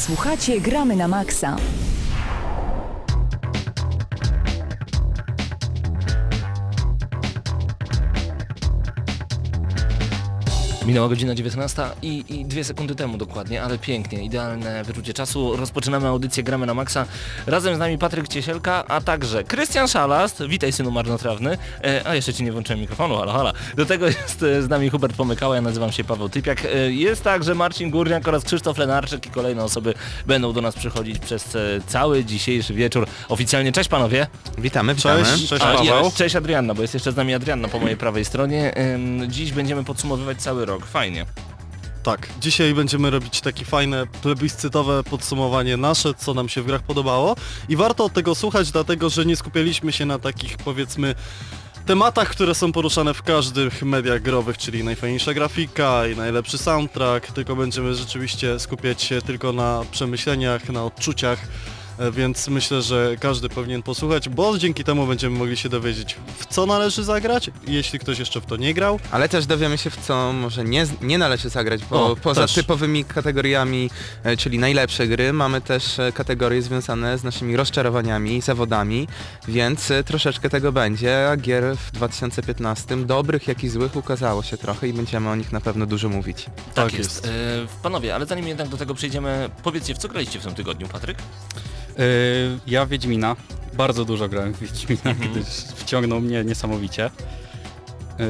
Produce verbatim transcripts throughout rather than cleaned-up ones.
Słuchacie Gramy na Maxa. Minęła godzina dziewiętnasta i, i dwie sekundy temu dokładnie, ale pięknie, idealne wyczucie czasu. Rozpoczynamy audycję Gramy na Maxa. Razem z nami Patryk Ciesielka, a także Krystian Szalast. Witaj, synu marnotrawny. E, a jeszcze ci nie włączyłem mikrofonu, halo, halo. Do tego jest z nami Hubert Pomykała, ja nazywam się Paweł Typiak. E, jest także Marcin Górniak oraz Krzysztof Lenarczyk i kolejne osoby będą do nas przychodzić przez e, cały dzisiejszy wieczór. Oficjalnie cześć panowie. Witamy, witamy. Cześć, cześć A, Paweł. i, cześć Adrianna, bo jest jeszcze z nami Adrianna po mojej prawej stronie. E, dziś będziemy podsumowywać cały rok. Fajnie. Tak, dzisiaj będziemy robić takie fajne, plebiscytowe podsumowanie nasze, co nam się w grach podobało i warto tego słuchać, dlatego że nie skupialiśmy się na takich, powiedzmy, tematach, które są poruszane w każdych mediach growych, czyli najfajniejsza grafika i najlepszy soundtrack, tylko będziemy rzeczywiście skupiać się tylko na przemyśleniach, na odczuciach. Więc myślę, że każdy powinien posłuchać, bo dzięki temu będziemy mogli się dowiedzieć, w co należy zagrać, jeśli ktoś jeszcze w to nie grał. Ale też dowiemy się, w co może nie, nie należy zagrać, bo O, poza też. typowymi kategoriami, e, czyli najlepsze gry, mamy też e, kategorie związane z naszymi rozczarowaniami, zawodami, więc e, troszeczkę tego będzie, a gier w dwa tysiące piętnastym, dobrych jak i złych, ukazało się trochę i będziemy o nich na pewno dużo mówić. Tak, Tak jest. jest. E, panowie, ale zanim jednak do tego przejdziemy, powiedzcie, w co graliście w tym tygodniu, Patryk? Yy, ja Wiedźmina. Bardzo dużo grałem w Wiedźmina, Mhm. gdyż wciągnął mnie niesamowicie. Yy,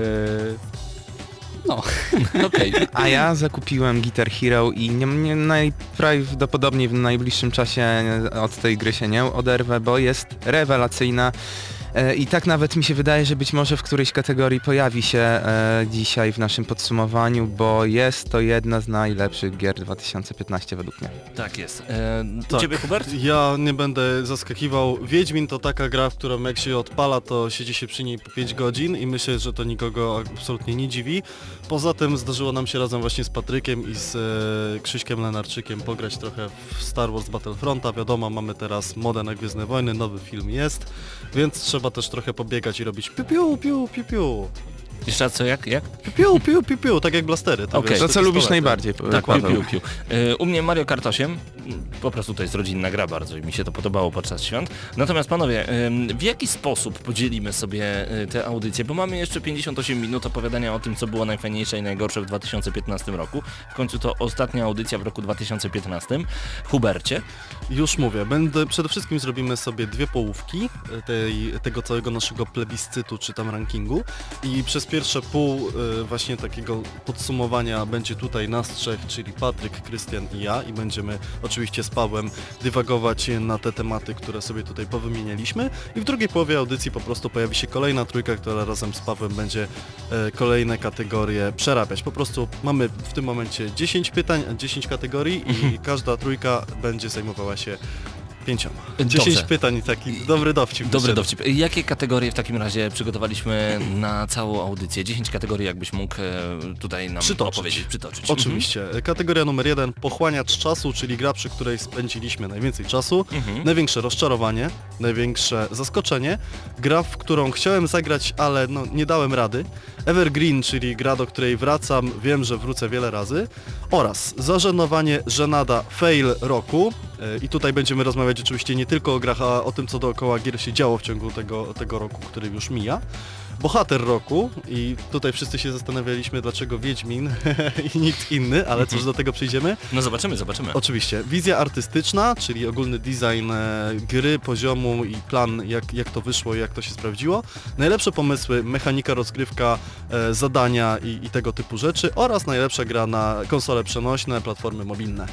no. Okej. A ja zakupiłem Guitar Hero i nie, nie, najprawdopodobniej w najbliższym czasie od tej gry się nie oderwę, bo jest rewelacyjna. E, I tak nawet mi się wydaje, że być może w którejś kategorii pojawi się e, dzisiaj w naszym podsumowaniu, bo jest to jedna z najlepszych gier dwa tysiące piętnastego według mnie. Tak jest. E, Tak. Ciebie, Hubert? Ja nie będę zaskakiwał. Wiedźmin to taka gra, w którą jak się odpala, to siedzi się przy niej po pięć godzin i myślę, że to nikogo absolutnie nie dziwi. Poza tym zdarzyło nam się razem właśnie z Patrykiem i z e, Krzyśkiem Lenarczykiem pograć trochę w Star Wars Battlefronta. Wiadomo, mamy teraz modę na Gwiezdne Wojny, nowy film jest, więc trzeba też trochę pobiegać i robić piu piu piu piu piu. Jeszcze raz co, jak? jak? Piu piu piu piu, tak jak blastery. To Okej. wiesz, To te co lubisz pistolety. najbardziej, Tak, Paweł? piu, piu, piu. E, U mnie Mario Kart osiem, po prostu to jest rodzinna gra bardzo i mi się to podobało podczas świąt. Natomiast panowie, em, w jaki sposób podzielimy sobie e, te audycje? Bo mamy jeszcze pięćdziesiąt osiem minut opowiadania o tym, co było najfajniejsze i najgorsze w dwa tysiące piętnastym roku. W końcu to ostatnia audycja w roku dwa tysiące piętnastym. Hubercie? Już mówię, będę, przede wszystkim zrobimy sobie dwie połówki tej, tego całego naszego plebiscytu czy tam rankingu i przez pierwsze pół y, właśnie takiego podsumowania będzie tutaj nas trzech, czyli Patryk, Krystian i ja i będziemy oczywiście z Pawłem dywagować na te tematy, które sobie tutaj powymienialiśmy i w drugiej połowie audycji po prostu pojawi się kolejna trójka, która razem z Pawłem będzie e, kolejne kategorie przerabiać. Po prostu mamy w tym momencie dziesięć pytań, dziesięć kategorii i każda trójka będzie zajmowała się pięcioma. dziesięć Dobrze. pytań, taki dobry dowcip. Dobry wyszedł. dowcip. Jakie kategorie w takim razie przygotowaliśmy na całą audycję? dziesięć kategorii, jakbyś mógł e, tutaj nam Przytoczyć. opowiedzieć, przytoczyć. Oczywiście. Kategoria numer jeden, pochłaniacz czasu, czyli gra, przy której spędziliśmy najwięcej czasu, Mhm. największe rozczarowanie, największe zaskoczenie, gra, w którą chciałem zagrać, ale no, nie dałem rady, Evergreen, czyli gra, do której wracam, wiem, że wrócę wiele razy, oraz zażenowanie, żenada, fail roku. I tutaj będziemy rozmawiać oczywiście nie tylko o grach, a o tym, co dookoła gier się działo w ciągu tego, tego roku, który już mija. Bohater roku i tutaj wszyscy się zastanawialiśmy, dlaczego Wiedźmin i nikt inny, ale cóż, do tego przyjdziemy. No zobaczymy, zobaczymy. Oczywiście, wizja artystyczna, czyli ogólny design e, gry, poziomu i plan, jak, jak to wyszło i jak to się sprawdziło. Najlepsze pomysły, mechanika, rozgrywka, e, zadania i, i tego typu rzeczy oraz najlepsza gra na konsole przenośne, platformy mobilne.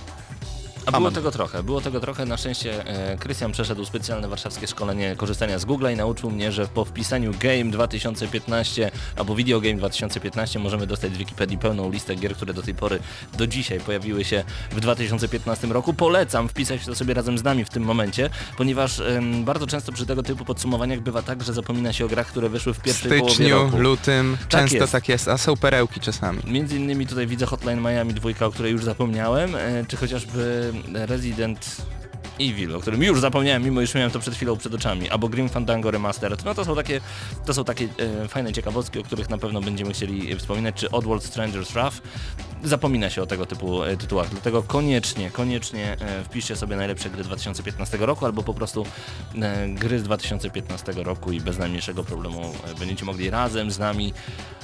A było Amen. tego trochę, było tego trochę. Na szczęście e, Krystian przeszedł specjalne warszawskie szkolenie korzystania z Google'a i nauczył mnie, że po wpisaniu Game dwa tysiące piętnaście albo Video Game dwa tysiące piętnaście możemy dostać z Wikipedii pełną listę gier, które do tej pory, do dzisiaj pojawiły się w dwa tysiące piętnastym roku. Polecam wpisać to sobie razem z nami w tym momencie, ponieważ em, bardzo często przy tego typu podsumowaniach bywa tak, że zapomina się o grach, które wyszły w W pierwszej połowie styczniu, roku. lutym, często jest. tak jest, a są perełki czasami. Między innymi tutaj widzę Hotline Miami dwa, o której już zapomniałem, e, czy chociażby Resident Evil, o którym już zapomniałem, mimo iż miałem to przed chwilą przed oczami, albo Grim Fandango Remastered. No to są takie, to są takie e, fajne ciekawostki, o których na pewno będziemy chcieli wspominać, czy Oddworld Stranger's Wrath. Zapomina się o tego typu e, tytułach, dlatego koniecznie, koniecznie e, wpiszcie sobie najlepsze gry dwa tysiące piętnastego roku, albo po prostu e, gry z dwa tysiące piętnastego roku i bez najmniejszego problemu e, będziecie mogli razem z nami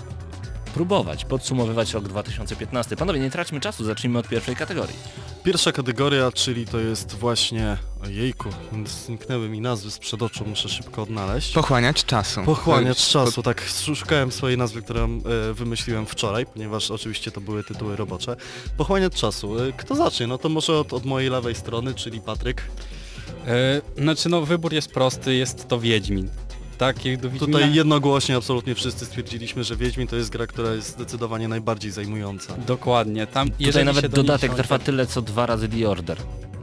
próbować podsumowywać rok dwa tysiące piętnasty. Panowie, nie traćmy czasu, zacznijmy od pierwszej kategorii. Pierwsza kategoria, czyli to jest właśnie... Ojejku, zniknęły mi nazwy sprzed oczu, muszę szybko odnaleźć. Pochłaniacz czasu. Pochłaniacz czasu, tak, szukałem swojej nazwy, którą e, wymyśliłem wczoraj, ponieważ oczywiście to były tytuły robocze. Pochłaniacz czasu. E, kto zacznie? No to może od, od mojej lewej strony, czyli Patryk. E, znaczy no wybór jest prosty, jest to Wiedźmin. Tak, jak do Wiedźmina... Tutaj jednogłośnie absolutnie wszyscy stwierdziliśmy, że Wiedźmin to jest gra, która jest zdecydowanie najbardziej zajmująca. Dokładnie. Tam, Tutaj nawet się do dodatek niej trwa tyle, co dwa razy The Order.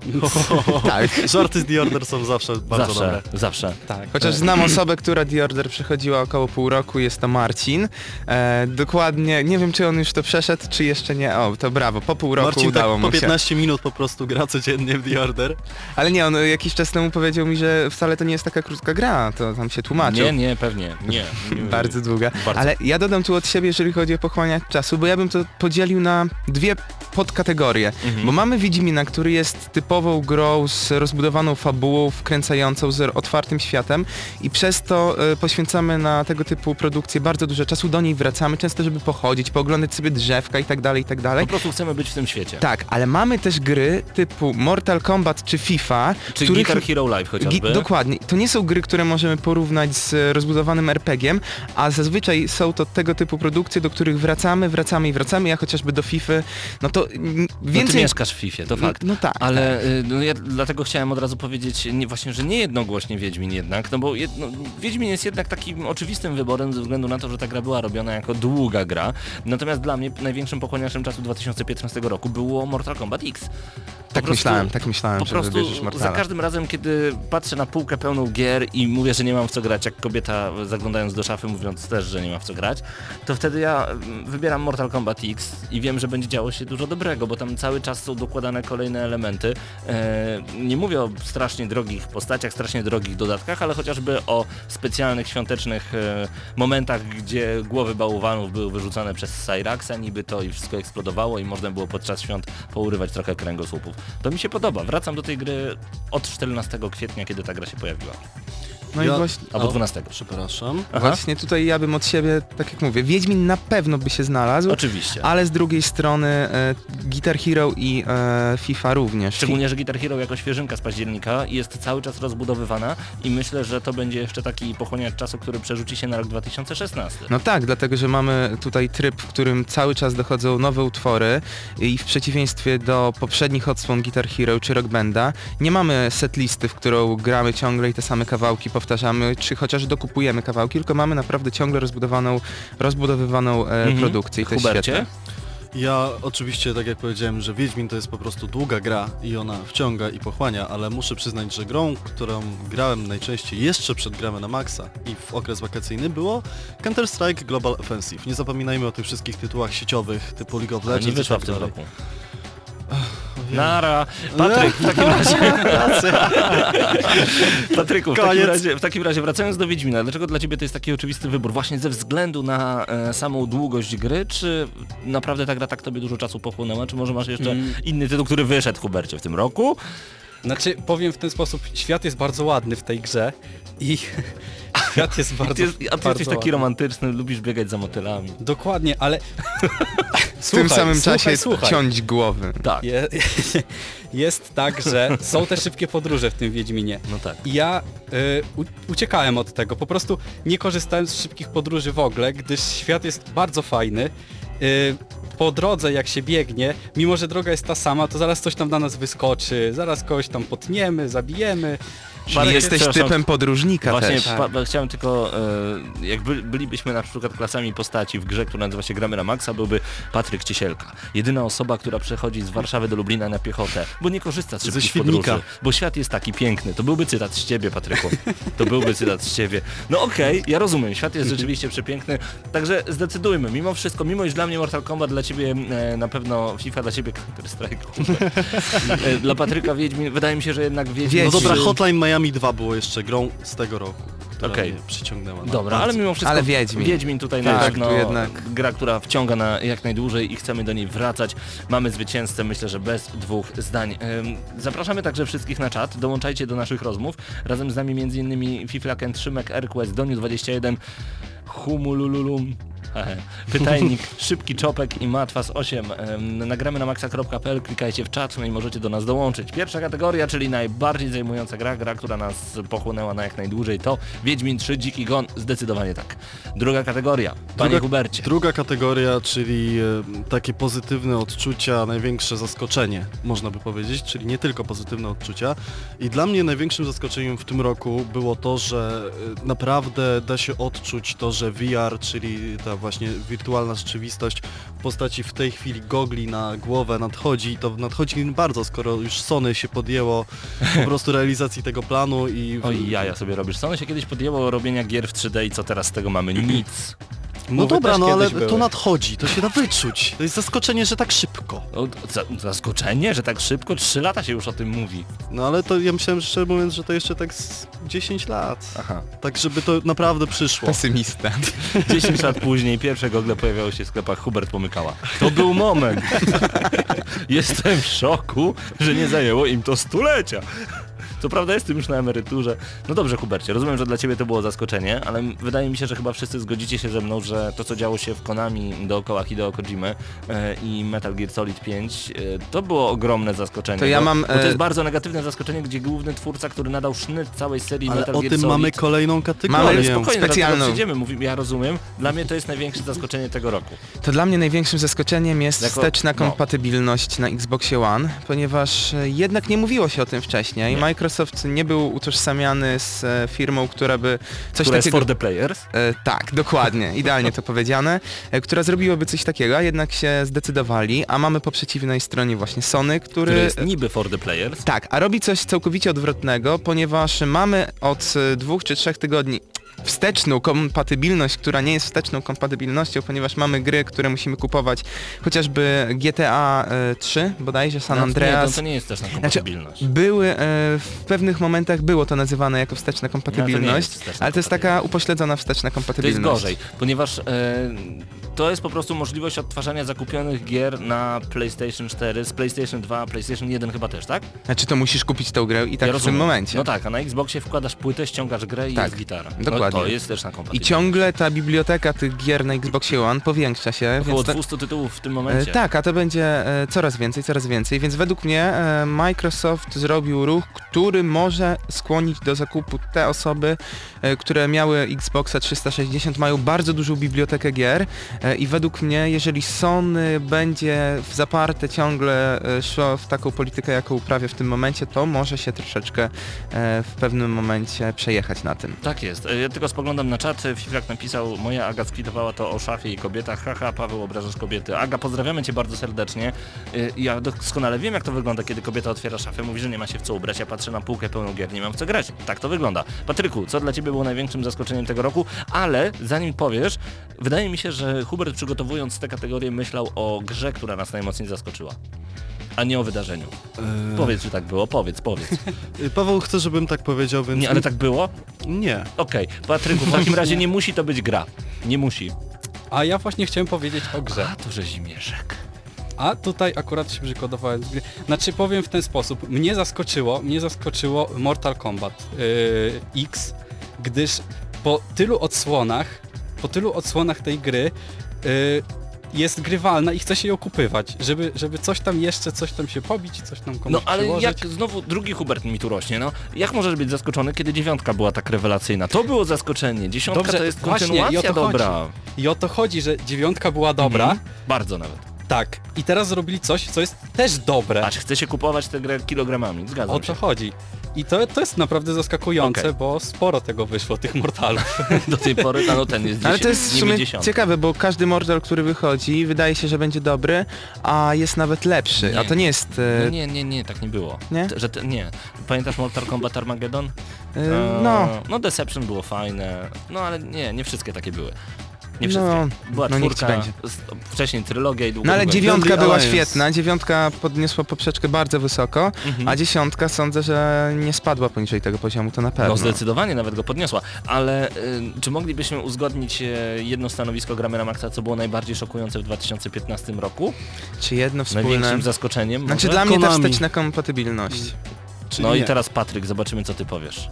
Tak. Żarty z The Order są zawsze bardzo Zawsze, dobre. zawsze. Tak. Chociaż znam osobę, która The Order przechodziła około pół roku, jest to Marcin. E, dokładnie, nie wiem czy on już to przeszedł, czy jeszcze nie. O, to brawo, po pół roku Marcin udało tak mu po się. piętnaście minut po prostu gra codziennie w The Order. Ale nie, on jakiś czas temu powiedział mi, że wcale to nie jest taka krótka gra, to tam się tłumaczył. Nie, nie, pewnie, nie. nie. Bardzo długa. Bardzo. Ale ja dodam tu od siebie, jeżeli chodzi o pochłaniać czasu, bo ja bym to podzielił na dwie podkategorie. Mhm. Bo mamy Wiedźmina, który jest typową grą z rozbudowaną fabułą, wkręcającą, z otwartym światem i przez to y, poświęcamy na tego typu produkcje bardzo dużo czasu, do niej wracamy, często żeby pochodzić, pooglądać sobie drzewka i tak dalej, i tak dalej. Po prostu chcemy być w tym świecie. Tak, ale mamy też gry typu Mortal Kombat czy FIFA, Czy których... Guitar Hero Live chociażby. Gi- dokładnie. To nie są gry, które możemy porównać z rozbudowanym er pe gie em, a zazwyczaj są to tego typu produkcje, do których wracamy, wracamy i wracamy. Ja chociażby do FIFA, no to mm, No ty więcej... mieszkasz w Fifie, to fakt. No, no tak. Ale y, no ja dlatego chciałem od razu powiedzieć nie, właśnie, że nie jednogłośnie Wiedźmin jednak, no bo jedno, Wiedźmin jest jednak takim oczywistym wyborem ze względu na to, że ta gra była robiona jako długa gra. Natomiast dla mnie największym pochłaniaczem czasu dwa tysiące piętnastego roku było Mortal Kombat X. Po Tak prostu- myślałem, tak myślałem, Po że prostu wybierzesz za Mortala. każdym razem, kiedy patrzę na półkę pełną gier i mówię, że nie mam w co grać, jak kobieta zaglądając do szafy mówiąc też, że nie ma w co grać, to wtedy ja mm, wybieram Mortal Kombat X i wiem, że będzie działo się dużo dobrego, bo tam cały czas są dokładane kolejne elementy. E, nie mówię o strasznie drogich postaciach, strasznie drogich dodatkach, ale chociażby o specjalnych świątecznych e, momentach, gdzie głowy bałwanów były wyrzucane przez Cyraxa, niby to i wszystko eksplodowało i można było podczas świąt pourywać trochę kręgosłupów. To mi się podoba. Wracam do tej gry od czternastego kwietnia, kiedy ta gra się pojawiła. No i Ja- właśnie, Albo O, dwunastego. Przepraszam. Aha. właśnie tutaj ja bym od siebie, tak jak mówię, Wiedźmin na pewno by się znalazł, Oczywiście. ale z drugiej strony e, Guitar Hero i e, FIFA również. Szczególnie, że Guitar Hero jako świeżynka z października jest cały czas rozbudowywana i myślę, że to będzie jeszcze taki pochłaniacz czasu, który przerzuci się na rok dwa tysiące szesnasty. No tak, dlatego że mamy tutaj tryb, w którym cały czas dochodzą nowe utwory i w przeciwieństwie do poprzednich odsłon Guitar Hero czy Rock Banda nie mamy setlisty, w którą gramy ciągle i te same kawałki powtarzamy, czy chociaż dokupujemy kawałki, tylko mamy naprawdę ciągle rozbudowaną, rozbudowywaną e, Mhm. produkcję i to jest Hubercie? świetne. Ja oczywiście, tak jak powiedziałem, że Wiedźmin to jest po prostu długa gra i ona wciąga i pochłania, ale muszę przyznać, że grą, którą grałem najczęściej jeszcze przed gramy na maksa i w okres wakacyjny było Counter-Strike Global Offensive. Nie zapominajmy o tych wszystkich tytułach sieciowych typu League of Ale Legends nie i wyszła tak w tym dalej. roku. Nara! Patryk, w takim razie... Patryku, w takim, Koniec. razie, w takim razie wracając do Wiedźmina, dlaczego dla Ciebie to jest taki oczywisty wybór? Właśnie ze względu na e, samą długość gry, czy naprawdę ta gra tak Tobie dużo czasu pochłonęła, czy może masz jeszcze Mm. inny tytuł, który wyszedł, Hubercie, w tym roku? Znaczy, powiem w ten sposób, świat jest bardzo ładny w tej grze i świat jest bardzo Ty jest, a Ty bardzo jesteś taki ładny. romantyczny, lubisz biegać za motylami. Dokładnie, ale... W tym samym słuchaj, czasie słuchaj. ciąć głowy. Tak, Je, jest tak, że są te szybkie podróże w tym Wiedźminie. no tak. I ja y, u, uciekałem od tego, po prostu nie korzystałem z szybkich podróży w ogóle, gdyż świat jest bardzo fajny. Y, po drodze jak się biegnie, mimo że droga jest ta sama, to zaraz coś tam na nas wyskoczy, zaraz kogoś tam potniemy, zabijemy. Czyli Parę- jesteś przepraszam. typem podróżnika Właśnie też. pa, pa, chciałem tylko, e, jak by, bylibyśmy na przykład klasami postaci w grze, która nazywa się Gramy na Maxa, byłby Patryk Ciesielka. Jedyna osoba, która przechodzi z Warszawy do Lublina na piechotę, bo nie korzysta z Ze szybkich Świdnika. podróży. Bo świat jest taki piękny. To byłby cytat z ciebie, Patryku. To byłby cytat z ciebie. No okej, okay, ja rozumiem, świat jest rzeczywiście przepiękny, także zdecydujmy, mimo wszystko, mimo iż dla mnie Mortal Kombat, dla ciebie e, na pewno FIFA, dla ciebie Counter-Strike. e, dla Patryka Wiedźmin, wydaje mi się, że jednak Wiedźmin... No Wiedźmin. dobra, Hotline Miami dwa było jeszcze grą z tego roku, która Okej. mnie przyciągnęła. na Dobra, ale bardzo. mimo wszystko Ale Wiedźmin. Wiedźmin tutaj Tak, na pewno tu jednak. gra, która wciąga na jak najdłużej i chcemy do niej wracać. Mamy zwycięzcę, myślę, że bez dwóch zdań. Ym, Zapraszamy także wszystkich na czat, dołączajcie do naszych rozmów. Razem z nami m.in. Fiflaken, Trzymek, Airquest, Doniu dwadzieścia jeden, Humulululum, hehe, Pytajnik, Szybki Czopek i Matwas osiem. Ym, Nagramy na maxa kropka p l, klikajcie w czat, no i możecie do nas dołączyć. Pierwsza kategoria, czyli najbardziej zajmująca gra, gra, która nas pochłonęła na jak najdłużej, to Wiedźmin trzy Dziki Gon, zdecydowanie tak. Druga kategoria, panie Druga- Hubercie. Druga kategoria, czyli e, takie pozytywne odczucia, największe zaskoczenie, można by powiedzieć, czyli nie tylko pozytywne odczucia. I dla mnie największym zaskoczeniem w tym roku było to, że e, naprawdę da się odczuć to, że V R, czyli ta właśnie wirtualna rzeczywistość w postaci w tej chwili gogli na głowę nadchodzi i to nadchodzi bardzo, skoro już Sony się podjęło po prostu realizacji tego planu i... Oj, jaja sobie robisz. Sony się kiedyś podjęło robienia gier w trzy D i co teraz z tego mamy? Nic. No Bo wy dobra, też no ale kiedyś były. to nadchodzi, to się da wyczuć. To jest zaskoczenie, że tak szybko. O, za, zaskoczenie, że tak szybko? Trzy lata się już o tym mówi. No ale to ja myślałem szczerze mówiąc, że to jeszcze tak z dziesięć lat. Aha. Tak, żeby to naprawdę przyszło. Pesymista. dziesięć lat później pierwsze gogle pojawiały się w sklepach, Hubert pomykała. To był moment. Jestem w szoku, że nie zajęło im to stulecia. Co prawda jestem już na emeryturze. No dobrze, Hubercie, rozumiem, że dla ciebie to było zaskoczenie, ale wydaje mi się, że chyba wszyscy zgodzicie się ze mną, że to, co działo się w Konami dookoła Hideo Kojimy e, i Metal Gear Solid pięć, e, to było ogromne zaskoczenie. To ja bo, mam, bo to e, jest bardzo negatywne zaskoczenie, gdzie główny twórca, który nadał sznyt całej serii Ale Metal o Gear tym Solid... mamy kolejną kategorię. Ale spokojnie, specjalną. specjalną. Przyjdziemy, mówimy, ja rozumiem. Dla mnie to jest największe zaskoczenie tego roku. To dla mnie największym zaskoczeniem jest Jako- wsteczna no. kompatybilność na Xboxie One, ponieważ e, jednak nie mówiło się o tym wcześniej. Nie. Microsoft nie był utożsamiany z e, firmą, która by coś Która jest takiego... for the players. E, tak, dokładnie, idealnie to powiedziane, e, która zrobiłaby coś takiego, a jednak się zdecydowali, a mamy po przeciwnej stronie właśnie Sony, który... Który jest niby for the players. Tak, a robi coś całkowicie odwrotnego, ponieważ mamy od e, dwóch czy trzech tygodni wsteczną kompatybilność, która nie jest wsteczną kompatybilnością, ponieważ mamy gry, które musimy kupować, chociażby G T A e, trzy, bodajże San No, Andreas. Nie, to, to nie jest też na kompatybilność. Były, e, w pewnych momentach było to nazywane jako wsteczna kompatybilność, wsteczna ale to jest taka upośledzona wsteczna To jest kompatybilność. gorzej, ponieważ e, to jest po prostu możliwość odtwarzania zakupionych gier na PlayStation cztery, z PlayStation dwa, PlayStation jeden chyba też, tak? Znaczy to musisz kupić tą grę i tak Ja w tym rozumiem. momencie. No tak, a na Xboxie wkładasz płytę, ściągasz grę i Tak, jest gitara. dokładnie. No, to jest też na I kompatybilność. ciągle ta biblioteka tych gier na Xboxie One powiększa się. Około więc to, dwieście tytułów w tym e, momencie. tak, a to będzie e, coraz więcej, coraz więcej, więc według mnie e, Microsoft zrobił ruch, który może skłonić do zakupu te osoby, e, które miały Xboxa trzysta sześćdziesiąt, mają bardzo dużą bibliotekę gier e, i według mnie, jeżeli Sony będzie w zaparte ciągle e, szło w taką politykę, jaką uprawia w tym momencie, to może się troszeczkę e, w pewnym momencie przejechać na tym. Tak jest. Ja tylko spoglądam na czat. Fiflak napisał, moja Aga skwitowała to o szafie i kobietach. Haha, Paweł, obrażasz kobiety. Aga, pozdrawiamy cię bardzo serdecznie. Ja doskonale wiem, jak to wygląda, kiedy kobieta otwiera szafę, mówi, że nie ma się w co ubrać, ja patrzę na półkę pełną gier, nie mam w co grać. Tak to wygląda. Patryku, co dla ciebie było największym zaskoczeniem tego roku? Ale zanim powiesz, wydaje mi się, że Hubert, przygotowując tę kategorię, myślał o grze, która nas najmocniej zaskoczyła, a nie o wydarzeniu. Eee, Powiedz, czy tak było. Powiedz, powiedz. Paweł chce, żebym tak powiedział, więc... Nie, ale tak było? Nie. Okej. Patryku, w takim razie nie musi to być gra. Nie musi. A ja właśnie chciałem powiedzieć o grze. A, to rzezimieszek. A tutaj akurat się przygotowałem z gry. Znaczy powiem w ten sposób, mnie zaskoczyło, mnie zaskoczyło Mortal Kombat yy, X, gdyż po tylu odsłonach, po tylu odsłonach tej gry yy, jest grywalna i chce się ją kupywać, żeby, żeby coś tam jeszcze, coś tam się pobić, coś tam komuś No ale przyłożyć. jak znowu drugi Hubert mi tu rośnie, no. Jak możesz być zaskoczony, kiedy dziewiątka była tak rewelacyjna? To było zaskoczenie. Dziesiątka Dobrze, to jest właśnie, i o kontynuacja to dobra. I o to chodzi, że dziewiątka była dobra, Mhm. Bardzo nawet. Tak. I teraz zrobili coś, co jest też dobre. Patrz, chce się kupować tę grę kilogramami, zgadzam O się. to chodzi. I to, to jest naprawdę zaskakujące, Okej. bo sporo tego wyszło, tych Mortalów. Do tej pory, no ten jest Ale to jest w niby sumie dziesiąty. ciekawe, bo każdy Mortal, który wychodzi, wydaje się, że będzie dobry, a jest nawet lepszy. Nie. A to nie jest... No E, nie, nie, nie, tak nie było. Nie? T- że te, nie. Pamiętasz Mortal Kombat Armageddon? e, no, E, No Deception było fajne, no ale nie, nie wszystkie takie były. Nie wszystkie. No, Była no niech ci czwórka, będzie. s- wcześniej trylogia i długo no ale długo- dziewiątka Friendly była Alliance. świetna, dziewiątka podniosła poprzeczkę bardzo wysoko, Mhm. a dziesiątka sądzę, że nie spadła poniżej tego poziomu, to na pewno. No zdecydowanie nawet go podniosła, ale y, czy moglibyśmy uzgodnić y, jedno stanowisko Gramy na Maxa, co było najbardziej szokujące w dwa tysiące piętnastym roku? Czy jedno wspólne... Największym zaskoczeniem Znaczy może? dla mnie ta Konami. wsteczna kompatybilność. Czyli No i nie. teraz Patryk, zobaczymy co ty powiesz.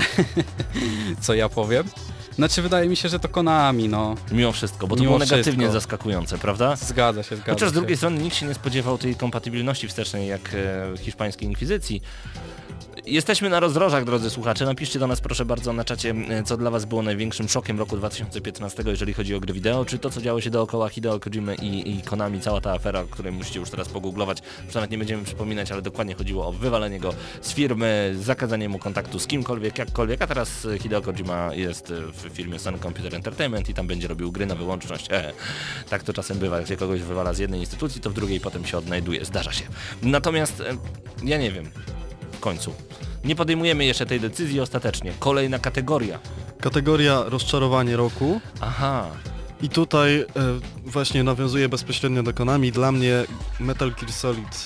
Co ja powiem? Znaczy wydaje mi się, że to Konami, no. Mimo wszystko, bo to Mimo było negatywnie wszystko. zaskakujące, prawda? Zgadza się, zgadza Chociaż z się. drugiej strony nikt się nie spodziewał tej kompatybilności wstecznej jak e, hiszpańskiej inkwizycji. Jesteśmy na rozdrożach, drodzy słuchacze. Napiszcie do nas proszę bardzo na czacie, e, co dla was było największym szokiem roku dwa tysiące piętnastego, jeżeli chodzi o gry wideo, czy to, co działo się dookoła Hideo Kojimy i, i Konami, cała ta afera, o której musicie już teraz pogooglować. Już nawet nie będziemy przypominać, ale dokładnie chodziło o wywalenie go z firmy, zakazanie mu kontaktu z kimkolwiek, jakkolwiek, a teraz e, Hideo Kojima jest e, w firmie Sun Computer Entertainment i tam będzie robił gry na wyłączność. E, tak to czasem bywa, jak się kogoś wywala z jednej instytucji, to w drugiej potem się odnajduje. Zdarza się. Natomiast e, ja nie wiem. W końcu. Nie podejmujemy jeszcze tej decyzji ostatecznie. Kolejna kategoria. Kategoria rozczarowanie roku. Aha. I tutaj e, właśnie nawiązuję bezpośrednio do Konami. Dla mnie Metal Gear Solid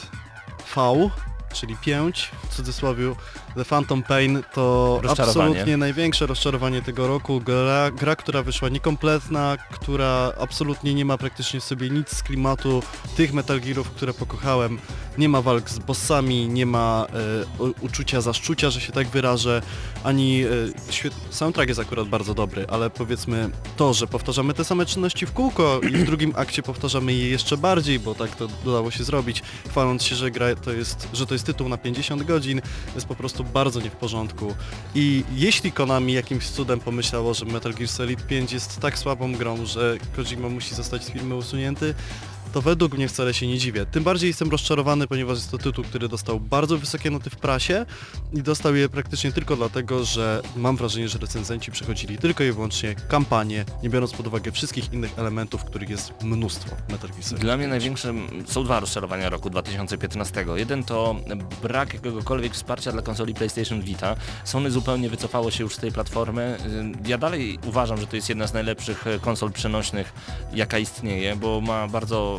V, czyli pięć, w cudzysłowie The Phantom Pain, to Rozczarowanie. absolutnie największe rozczarowanie tego roku. Gra, gra, która wyszła niekompletna, która absolutnie nie ma praktycznie w sobie nic z klimatu tych Metal Gearów, które pokochałem. Nie ma walk z bossami, nie ma e, u- uczucia zaszczucia, że się tak wyrażę, ani e, świet... soundtrack jest akurat bardzo dobry, ale powiedzmy to, że powtarzamy te same czynności w kółko i w drugim akcie powtarzamy je jeszcze bardziej, bo tak to udało się zrobić, chwaląc się, że gra to jest, że to jest tytuł na pięćdziesiąt godzin, jest po prostu bardzo nie w porządku. I jeśli Konami jakimś cudem pomyślało, że Metal Gear Solid pięć jest tak słabą grą, że Kojima musi zostać z firmy usunięty, to według mnie wcale się nie dziwię. Tym bardziej jestem rozczarowany, ponieważ jest to tytuł, który dostał bardzo wysokie noty w prasie i dostał je praktycznie tylko dlatego, że mam wrażenie, że recenzenci przechodzili tylko i wyłącznie kampanię, nie biorąc pod uwagę wszystkich innych elementów, których jest mnóstwo w Metal Gear Solid. Dla mnie największym są dwa rozczarowania roku dwa tysiące piętnastego. Jeden to brak jakiegokolwiek wsparcia dla konsoli PlayStation Vita. Sony zupełnie wycofało się już z tej platformy. Ja dalej uważam, że to jest jedna z najlepszych konsol przenośnych, jaka istnieje, bo ma bardzo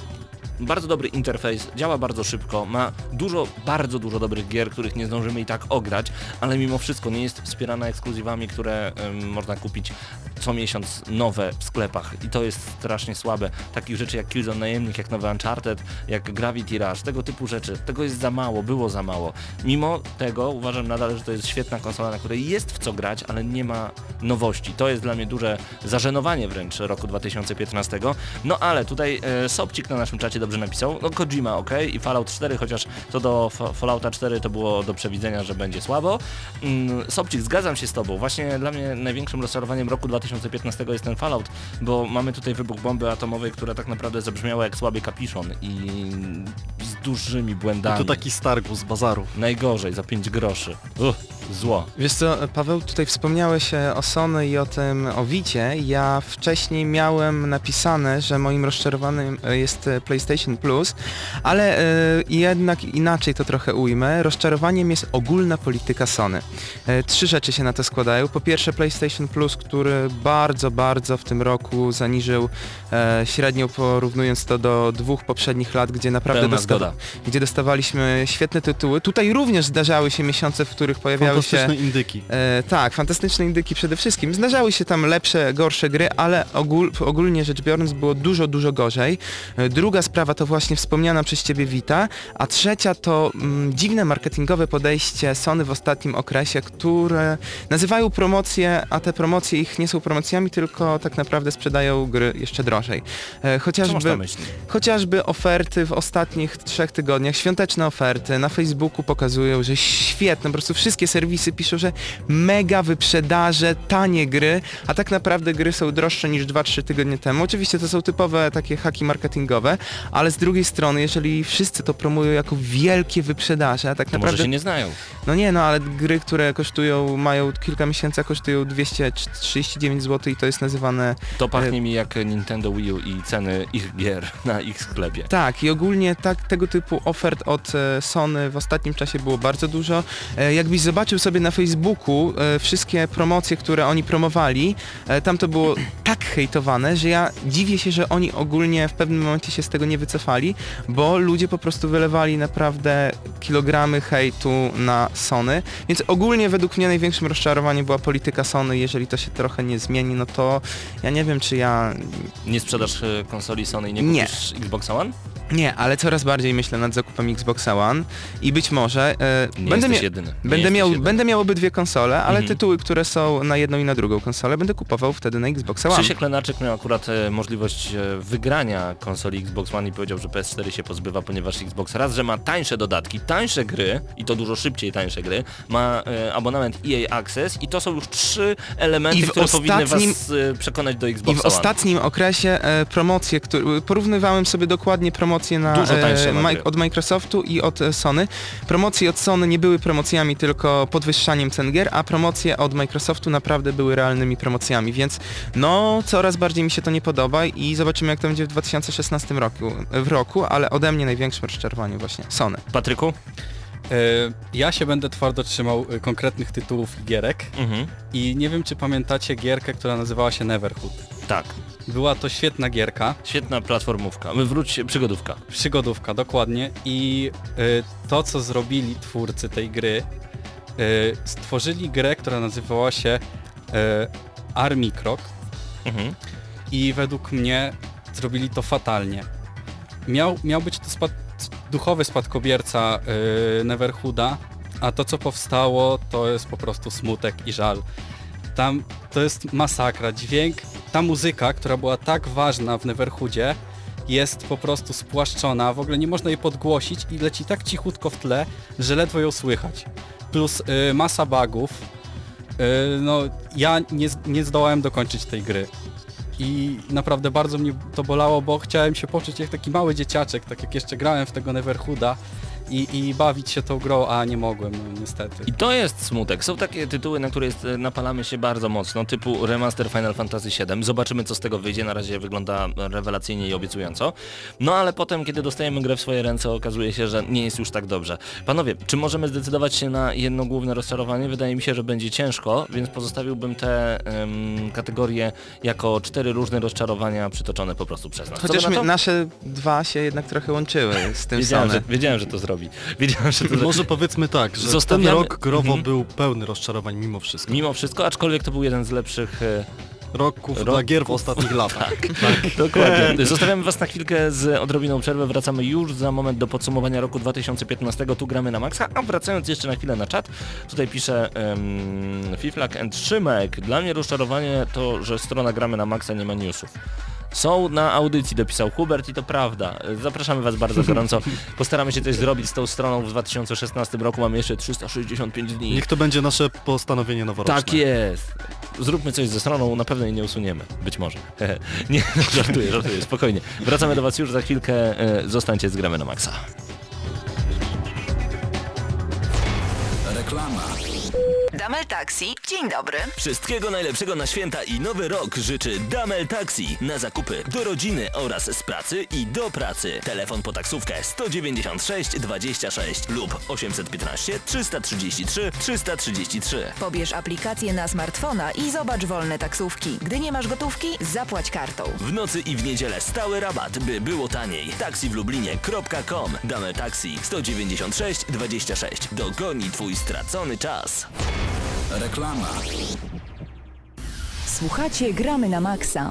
bardzo dobry interfejs, działa bardzo szybko, ma dużo, bardzo dużo dobrych gier, których nie zdążymy i tak ograć, ale mimo wszystko nie jest wspierana ekskluzywami, które ym, można kupić co miesiąc nowe w sklepach i to jest strasznie słabe. Takich rzeczy jak Killzone Najemnik, jak nowy Uncharted, jak Gravity Rush, tego typu rzeczy, tego jest za mało, było za mało. Mimo tego uważam nadal, że to jest świetna konsola, na której jest w co grać, ale nie ma nowości. To jest dla mnie duże zażenowanie wręcz roku dwa tysiące piętnastego. No ale tutaj e, Sobcik na naszym czacie dobrze napisał, no Kojima ok i Fallout cztery, chociaż to do F- Fallouta cztery to było do przewidzenia, że będzie słabo. Mm, Sobcik, zgadzam się z tobą, właśnie dla mnie największym rozczarowaniem roku dwa tysiące piętnastego jest ten Fallout, bo mamy tutaj wybuch bomby atomowej, która tak naprawdę zabrzmiała jak słaby kapiszon i z dużymi I błędami. to taki Stargu z bazaru. Najgorzej, za pięć groszy. Uch, zło. Wiesz co, Paweł, tutaj wspomniałeś e, o Sony i o tym, o Vicie. Ja wcześniej miałem napisane, że moim rozczarowanym e, jest e, PlayStation Plus, ale e, jednak inaczej to trochę ujmę. Rozczarowaniem jest ogólna polityka Sony. E, trzy rzeczy się na to składają. Po pierwsze PlayStation Plus, który bardzo, bardzo w tym roku zaniżył e, średnią, porównując to do dwóch poprzednich lat, gdzie naprawdę Pełna dostawa- zgoda. gdzie dostawaliśmy świetne tytuły. Tutaj również zdarzały się miesiące, w których pojawiały się... Fantastyczne indyki. E, tak, fantastyczne indyki przede wszystkim. Zdarzały się tam lepsze, gorsze gry, ale ogól, ogólnie rzecz biorąc było dużo, dużo gorzej. E, druga sprawa to właśnie wspomniana przez Ciebie Vita, a trzecia to mm, dziwne marketingowe podejście Sony w ostatnim okresie, które nazywają promocje, a te promocje ich nie są promocje promocjami, tylko tak naprawdę sprzedają gry jeszcze drożej. E, Co chociażby, masz na myśli? chociażby oferty w ostatnich trzech tygodniach, świąteczne oferty na Facebooku pokazują, że świetne, po prostu wszystkie serwisy piszą, że mega wyprzedaże, tanie gry, a tak naprawdę gry są droższe niż dwa trzy tygodnie temu. Oczywiście to są typowe takie haki marketingowe, ale z drugiej strony, jeżeli wszyscy to promują jako wielkie wyprzedaże, a tak To naprawdę... może się nie znają. No nie, no ale gry, które kosztują, mają kilka miesięcy, a kosztują dwieście trzydzieści dziewięć złotych i to jest nazywane... To pachnie mi jak Nintendo Wii U i ceny ich gier na ich sklepie. Tak, i ogólnie tak, tego typu ofert od e, Sony w ostatnim czasie było bardzo dużo. E, jakbyś zobaczył sobie na Facebooku e, wszystkie promocje, które oni promowali, e, tam to było tak hejtowane, że ja dziwię się, że oni ogólnie w pewnym momencie się z tego nie wycofali, bo ludzie po prostu wylewali naprawdę kilogramy hejtu na Sony, więc ogólnie według mnie największym rozczarowaniem była polityka Sony. Jeżeli to się trochę nie zmieni, no to ja nie wiem, czy ja... Nie sprzedasz e, konsoli Sony i nie Nie. kupisz Xboxa One? Nie, ale coraz bardziej myślę nad zakupem Xboxa One i być może e, Nie będę, jesteś mia- jedyny. Nie będę, jesteś miał, jedyny. będę miał obydwie konsole, ale Mhm. tytuły, które są na jedną i na drugą konsolę, będę kupował wtedy na Xboxa One. Krzysiek Lenarczyk miał akurat e, możliwość e, wygrania konsoli Xbox One i powiedział, że P S cztery się pozbywa, ponieważ Xbox raz, że ma tańsze dodatki, tańsze gry i to dużo szybciej tańsze gry, ma e, abonament E A Access i to są już trzy elementy, I w które powinny ostatnim- was e, przekonać do I Xboxa w One. ostatnim okresie e, promocje, które porównywałem sobie dokładnie promocje na, Dużo tańsze na Mi- gry. od Microsoftu i od e, Sony. Promocje od Sony nie były promocjami, tylko podwyższaniem cen gier, a promocje od Microsoftu naprawdę były realnymi promocjami, więc no coraz bardziej mi się to nie podoba i zobaczymy, jak to będzie w dwa tysiące szesnastym roku, w roku, ale ode mnie największym rozczarowaniem właśnie Sony. Patryku? E, ja się będę twardo trzymał e, konkretnych tytułów i gierek Mhm. i nie wiem, czy pamiętacie gierkę, która nazywała się Neverhood. Tak. Była to świetna gierka, Świetna platformówka. Wróć, przygodówka. przygodówka dokładnie i e, to, co zrobili twórcy tej gry, e, stworzyli grę, która nazywała się e, Army Krok Mhm. i według mnie zrobili to fatalnie. Miał, miał być to spad duchowy spadkobierca yy, Neverhooda, a to co powstało to jest po prostu smutek i żal. Tam to jest masakra, dźwięk, ta muzyka, która była tak ważna w Neverhoodzie, jest po prostu spłaszczona, w ogóle nie można jej podgłosić i leci tak cichutko w tle, że ledwo ją słychać. Plus yy, masa bugów. Yy, no ja nie, nie zdołałem dokończyć tej gry. I naprawdę bardzo mnie to bolało, bo chciałem się poczuć jak taki mały dzieciaczek, tak jak jeszcze grałem w tego Neverhooda i, i bawić się tą grą, a nie mogłem, no niestety. I to jest smutek. Są takie tytuły, na które jest, napalamy się bardzo mocno, typu remaster Final Fantasy siedem. Zobaczymy, co z tego wyjdzie. Na razie wygląda rewelacyjnie i obiecująco. No ale potem, kiedy dostajemy grę w swoje ręce, okazuje się, że nie jest już tak dobrze. Panowie, czy możemy zdecydować się na jedno główne rozczarowanie? Wydaje mi się, że będzie ciężko, więc pozostawiłbym te um, kategorie jako cztery różne rozczarowania przytoczone po prostu przez nas. Co Chociaż wy na my, to? nasze dwa się jednak trochę łączyły z tym Wiedziałem, Sony. że, wiedziałem, że to zrobi. Wiedziałem, że to zrobi. Może powiedzmy tak, że Zostawiamy- ten rok growo Mhm. był pełny rozczarowań mimo wszystko. Mimo wszystko, aczkolwiek to był jeden z lepszych e, Roków Roku- dla gier w ostatnich latach. Dokładnie. Zostawiamy was na chwilkę z odrobiną przerwy, wracamy już za moment do podsumowania roku dwa tysiące piętnastego, tu gramy na maksa, a wracając jeszcze na chwilę na czat, tutaj pisze um, Fiflak and Szymek, dla mnie rozczarowanie to, że strona gramy na maksa nie ma newsów. Są na audycji, dopisał Hubert i to prawda. Zapraszamy was bardzo gorąco. Postaramy się coś zrobić z tą stroną w dwa tysiące szesnastym roku. Mamy jeszcze trzysta sześćdziesiąt pięć dni. Niech to będzie nasze postanowienie noworoczne. Tak jest. Zróbmy coś ze stroną, na pewno jej nie usuniemy. Być może. Nie, no, żartuję, żartuję, spokojnie. Wracamy do was już za chwilkę. E, Zostańcie z Gramy na Maxa. Reklama. Damel Taxi, dzień dobry. Wszystkiego najlepszego na święta i nowy rok życzy Damel Taxi. Na zakupy do rodziny oraz z pracy i do pracy. Telefon po taksówkę sto dziewięćdziesiąt sześć dwadzieścia sześć lub osiemset piętnaście trzysta trzydzieści trzy trzysta trzydzieści trzy. Pobierz aplikację na smartfona i zobacz wolne taksówki. Gdy nie masz gotówki, zapłać kartą. W nocy i w niedzielę stały rabat, by było taniej. taksi w lublinie kropka com. Damel Taxi sto dziewięćdziesiąt sześć dwadzieścia sześć. Dogoni twój stracony czas. Reklama. Słuchacie Gramy na Maxa.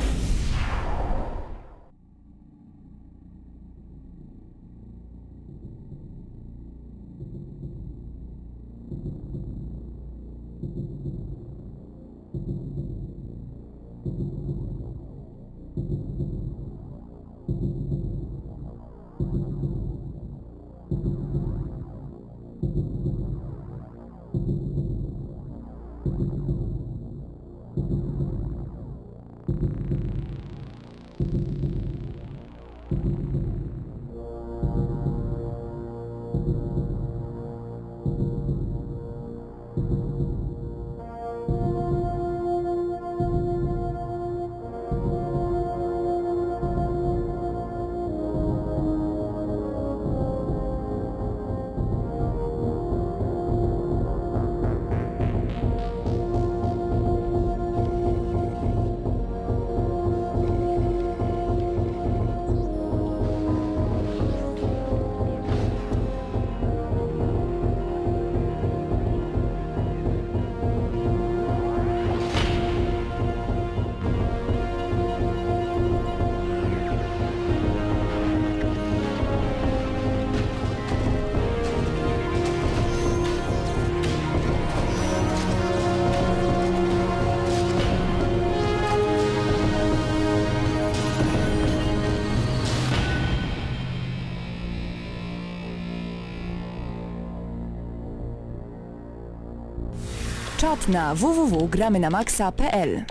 Czat na w w w kropka gramy na maxa kropka p l.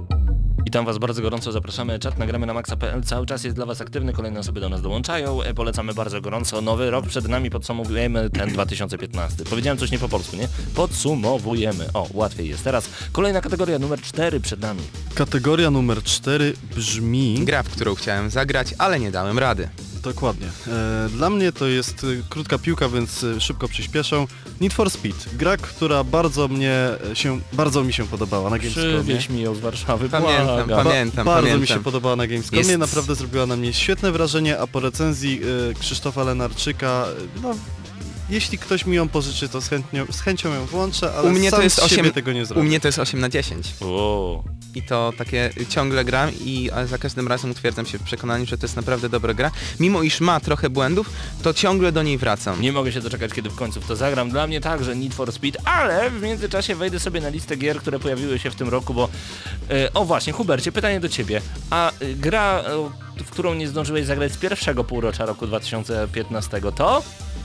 Witam Was bardzo gorąco, zapraszamy. Czat na gramy na maxa kropka p l cały czas jest dla Was aktywny, kolejne osoby do nas dołączają. E, polecamy bardzo gorąco. Nowy rok przed nami, podsumowujemy ten dwa tysiące piętnasty. Powiedziałem coś nie po polsku, nie? Podsumowujemy. O, łatwiej jest. Teraz kolejna kategoria numer cztery przed nami. Kategoria numer cztery brzmi... Gra, w którą chciałem zagrać, ale nie dałem rady. Dokładnie. E, dla mnie to jest y, krótka piłka, więc y, szybko przyspieszę. Need for Speed. Gra, która bardzo mnie e, się, bardzo mi się podobała na Gamescomie. Przywieź mi ją z Warszawy, Pamiętam, błagam. pamiętam, Ba- bardzo pamiętam. mi się podobała na Gamescomie, Jest- naprawdę zrobiła na mnie świetne wrażenie, a po recenzji y, Krzysztofa Lenarczyka, y, no jeśli ktoś mi ją pożyczy, to z, chętnią, z chęcią ją włączę, ale U mnie sam to jest z siebie osiem, tego nie u zrobię. mnie to jest osiem na dziesięć. O, I to takie ciągle gram i a za każdym razem utwierdzam się w przekonaniu, że to jest naprawdę dobra gra. Mimo iż ma trochę błędów, to ciągle do niej wracam. nie mogę się doczekać, kiedy w końcu w to zagram. Dla mnie także Need for Speed, ale w międzyczasie wejdę sobie na listę gier, które pojawiły się w tym roku, bo... E, o właśnie, Hubercie, pytanie do Ciebie. A y, gra, y, w którą nie zdążyłeś zagrać z pierwszego półrocza roku dwa tysiące piętnastego to?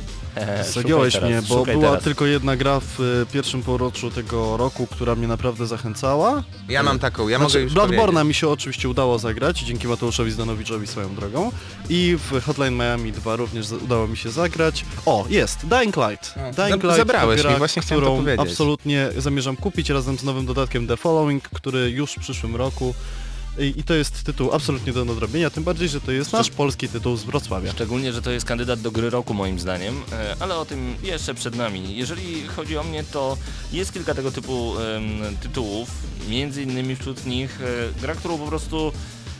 E, Zagiąłeś szukaj mnie, teraz, bo szukaj była teraz. tylko jedna gra w y, pierwszym półroczu tego roku, która mnie naprawdę zachęcała. Ja mam taką, ja Znaczy, mogę już Bloodborne'a powiedzieć. mi się oczywiście udało zagrać, dzięki Mateuszowi Zdanowiczowi swoją drogą. I w Hotline Miami dwa również za- udało mi się zagrać. O, jest! Dying Light. O, Dying za- Light zabrałeś to gra, mi, właśnie chciałem to którą powiedzieć. absolutnie zamierzam kupić razem z nowym dodatkiem The Following, który już w przyszłym roku. I, I to jest tytuł absolutnie do nadrobienia, tym bardziej, że to jest nasz polski tytuł z Wrocławia. Szczególnie, że to jest kandydat do gry roku moim zdaniem, e, ale o tym jeszcze przed nami. Jeżeli chodzi o mnie, to jest kilka tego typu em, tytułów, między innymi wśród nich e, gra, którą po prostu...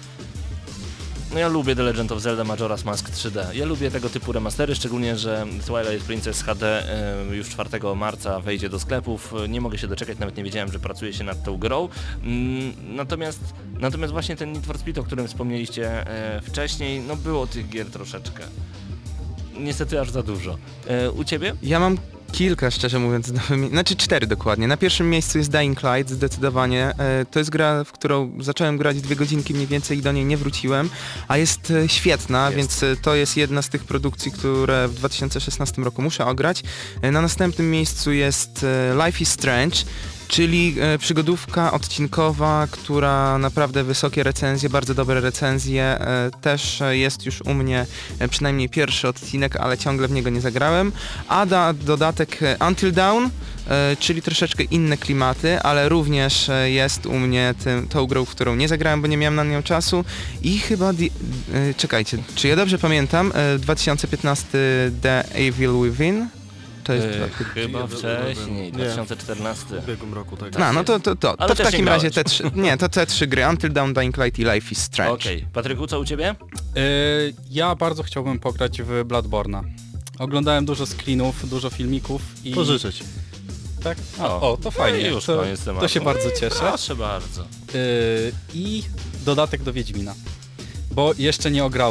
No ja lubię The Legend of Zelda Majora's Mask trzy D. Ja lubię tego typu remastery, szczególnie, że Twilight Princess H D e, już czwartego marca wejdzie do sklepów. Nie mogę się doczekać, nawet nie wiedziałem, że pracuje się nad tą grą. Mm, natomiast, natomiast właśnie ten Need for Speed, o którym wspomnieliście e, wcześniej, no było tych gier troszeczkę. Niestety aż za dużo. E, u Ciebie? Ja mam kilka, szczerze mówiąc, do wymi- znaczy cztery dokładnie. Na pierwszym miejscu jest Dying Light, zdecydowanie. E, to jest gra, w którą zacząłem grać dwie godzinki mniej więcej i do niej nie wróciłem, a jest e, świetna, Jest. więc e, to jest jedna z tych produkcji, które w dwa tysiące szesnastym roku muszę ograć. E, na następnym miejscu jest e, Life is Strange, czyli e, przygodówka odcinkowa, która naprawdę wysokie recenzje, bardzo dobre recenzje. E, też e, jest już u mnie e, przynajmniej pierwszy odcinek, ale ciągle w niego nie zagrałem. A da, dodatek e, Until Dawn, e, czyli troszeczkę inne klimaty, ale również e, jest u mnie tym, tą grą, w którą nie zagrałem, bo nie miałem na nią czasu. I chyba... Di- e, czekajcie, czy ja dobrze pamiętam? E, dwa tysiące piętnasty The Evil Within? To jest... E, chyba Nie, wcześniej, nie. dwa tysiące czternasty. W ubiegłym roku, tak. No, no to, to, to, Ale to w też nie takim razie grałeś. te trzy, nie, to te trzy gry, Until Dawn, Dying Light i Life is Strange. Okej. Patryku, co u Ciebie? E, ja bardzo chciałbym pograć w Bloodborne'a. Oglądałem dużo screenów, dużo filmików i... Pożyczeć. Tak? A, O. o, to fajnie. No i już to, koniec tematu. to się bardzo cieszę. Proszę bardzo. Yy, I dodatek do Wiedźmina. Bo jeszcze nie ograłem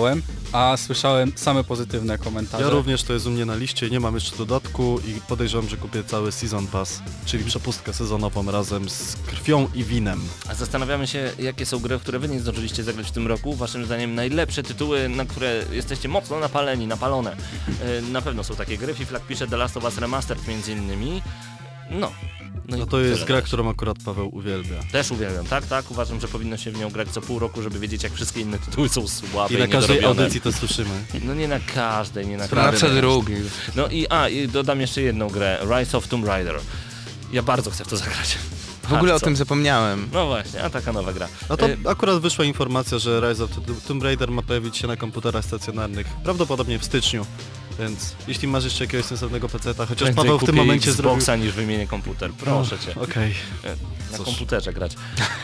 a słyszałem same pozytywne komentarze. Ja również, to jest u mnie na liście, nie mam jeszcze dodatku i podejrzewam, że kupię cały Season Pass, czyli przepustkę sezonową razem z krwią i winem. A zastanawiamy się, jakie są gry, w które wy nie zdążyliście zagrać w tym roku. Waszym zdaniem najlepsze tytuły, na które jesteście mocno napaleni, napalone. Yy, na pewno są takie gry. Fiflak pisze The Last of Us Remastered między innymi. No. No, No i to jest tyle gra, też. którą akurat Paweł uwielbia. Też uwielbiam, tak, tak. Uważam, że powinno się w nią grać co pół roku, żeby wiedzieć, jak wszystkie inne tytuły są słabe I na i każdej niedorobione. audycji to słyszymy. No nie na każdej, nie na To na każdej. co drugi. No i a, i dodam jeszcze jedną grę, Rise of Tomb Raider. Ja bardzo chcę w to zagrać. W ogóle o Bardzo. tym zapomniałem. No właśnie, a taka nowa gra. No to Y, akurat wyszła informacja, że Rise of Tomb Raider ma pojawić się na komputerach stacjonarnych, prawdopodobnie w styczniu. Więc jeśli masz jeszcze jakiegoś sensownego peceta, chociaż prędzej Paweł w tym kupię momencie zrobił... Xboxa niż wymienię komputer, proszę cię. Okej. Na Cóż. komputerze grać.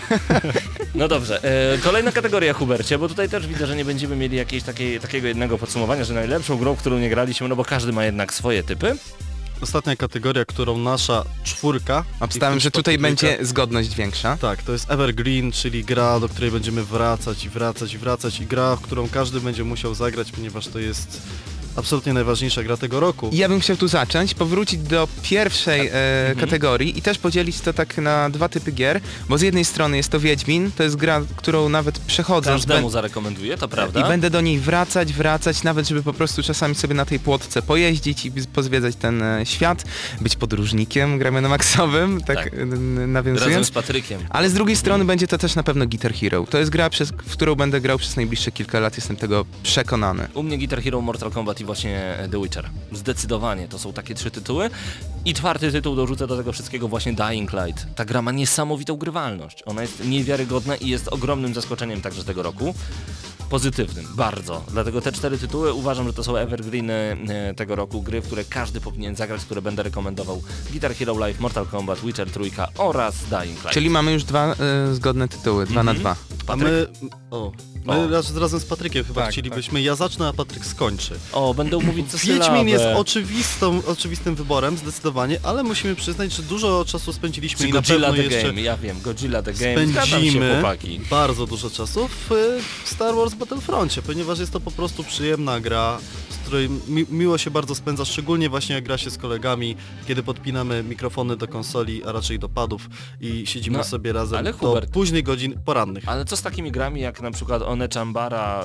No dobrze, e, kolejna kategoria, Hubercie, bo tutaj też widzę, że nie będziemy mieli jakiejś takiej, takiego jednego podsumowania, że najlepszą grą, w którą nie graliśmy, no bo każdy ma jednak swoje typy. Ostatnia kategoria, którą nasza czwórka... Obstawiam, i że tutaj trójka- będzie zgodność większa. Tak, to jest Evergreen, czyli gra, do której będziemy wracać i wracać i wracać i gra, w którą każdy będzie musiał zagrać, ponieważ to jest absolutnie najważniejsza gra tego roku. I ja bym chciał tu zacząć, powrócić do pierwszej e, kategorii i też podzielić to tak na dwa typy gier, bo z jednej strony jest to Wiedźmin, to jest gra, którą nawet przechodząc Każdemu bę- zarekomenduję, to prawda. i będę do niej wracać, wracać, nawet żeby po prostu czasami sobie na tej płotce pojeździć i pozwiedzać ten e, świat, być podróżnikiem, gramy na maksowym, tak, Tak. e, n- Razem nawiązując. z Patrykiem. Ale z drugiej strony będzie to też na pewno Guitar Hero. To jest gra, przez, w którą będę grał przez najbliższe kilka lat, jestem tego przekonany. U mnie Guitar Hero, Mortal Kombat i właśnie The Witcher. Zdecydowanie, to są takie trzy tytuły. I czwarty tytuł dorzucę do tego wszystkiego właśnie Dying Light. Ta gra ma niesamowitą grywalność. Ona jest niewiarygodna i jest ogromnym zaskoczeniem także tego roku. Pozytywnym, bardzo. Dlatego te cztery tytuły uważam, że to są evergreeny e, tego roku, gry, w które każdy powinien zagrać, które będę rekomendował. Guitar Hero Live, Mortal Kombat, Witcher trójka oraz Dying Light. Czyli mamy już dwa e, zgodne tytuły, dwa na dwa. A my... O, my O. raz, razem z Patrykiem chyba Tak, chcielibyśmy, ja zacznę, a Patryk skończy. O, będę mówić co Wiedźmin sylabę. jest oczywistą, oczywistym wyborem, zdecydowanie, ale musimy przyznać, że dużo czasu spędziliśmy Czy i na Godzilla pewno the jeszcze Game, ja wiem, Godzilla the Game, zgadzam się, spędzimy chłopaki. bardzo dużo czasu w y, Star Wars Battlefroncie, ponieważ jest to po prostu przyjemna gra, z której mi miło się bardzo spędza, szczególnie właśnie jak gra się z kolegami, kiedy podpinamy mikrofony do konsoli, a raczej do padów i siedzimy No, sobie razem ale do Hubert- późnych godzin porannych. Ale co z takimi grami jak na przykład One Chambara,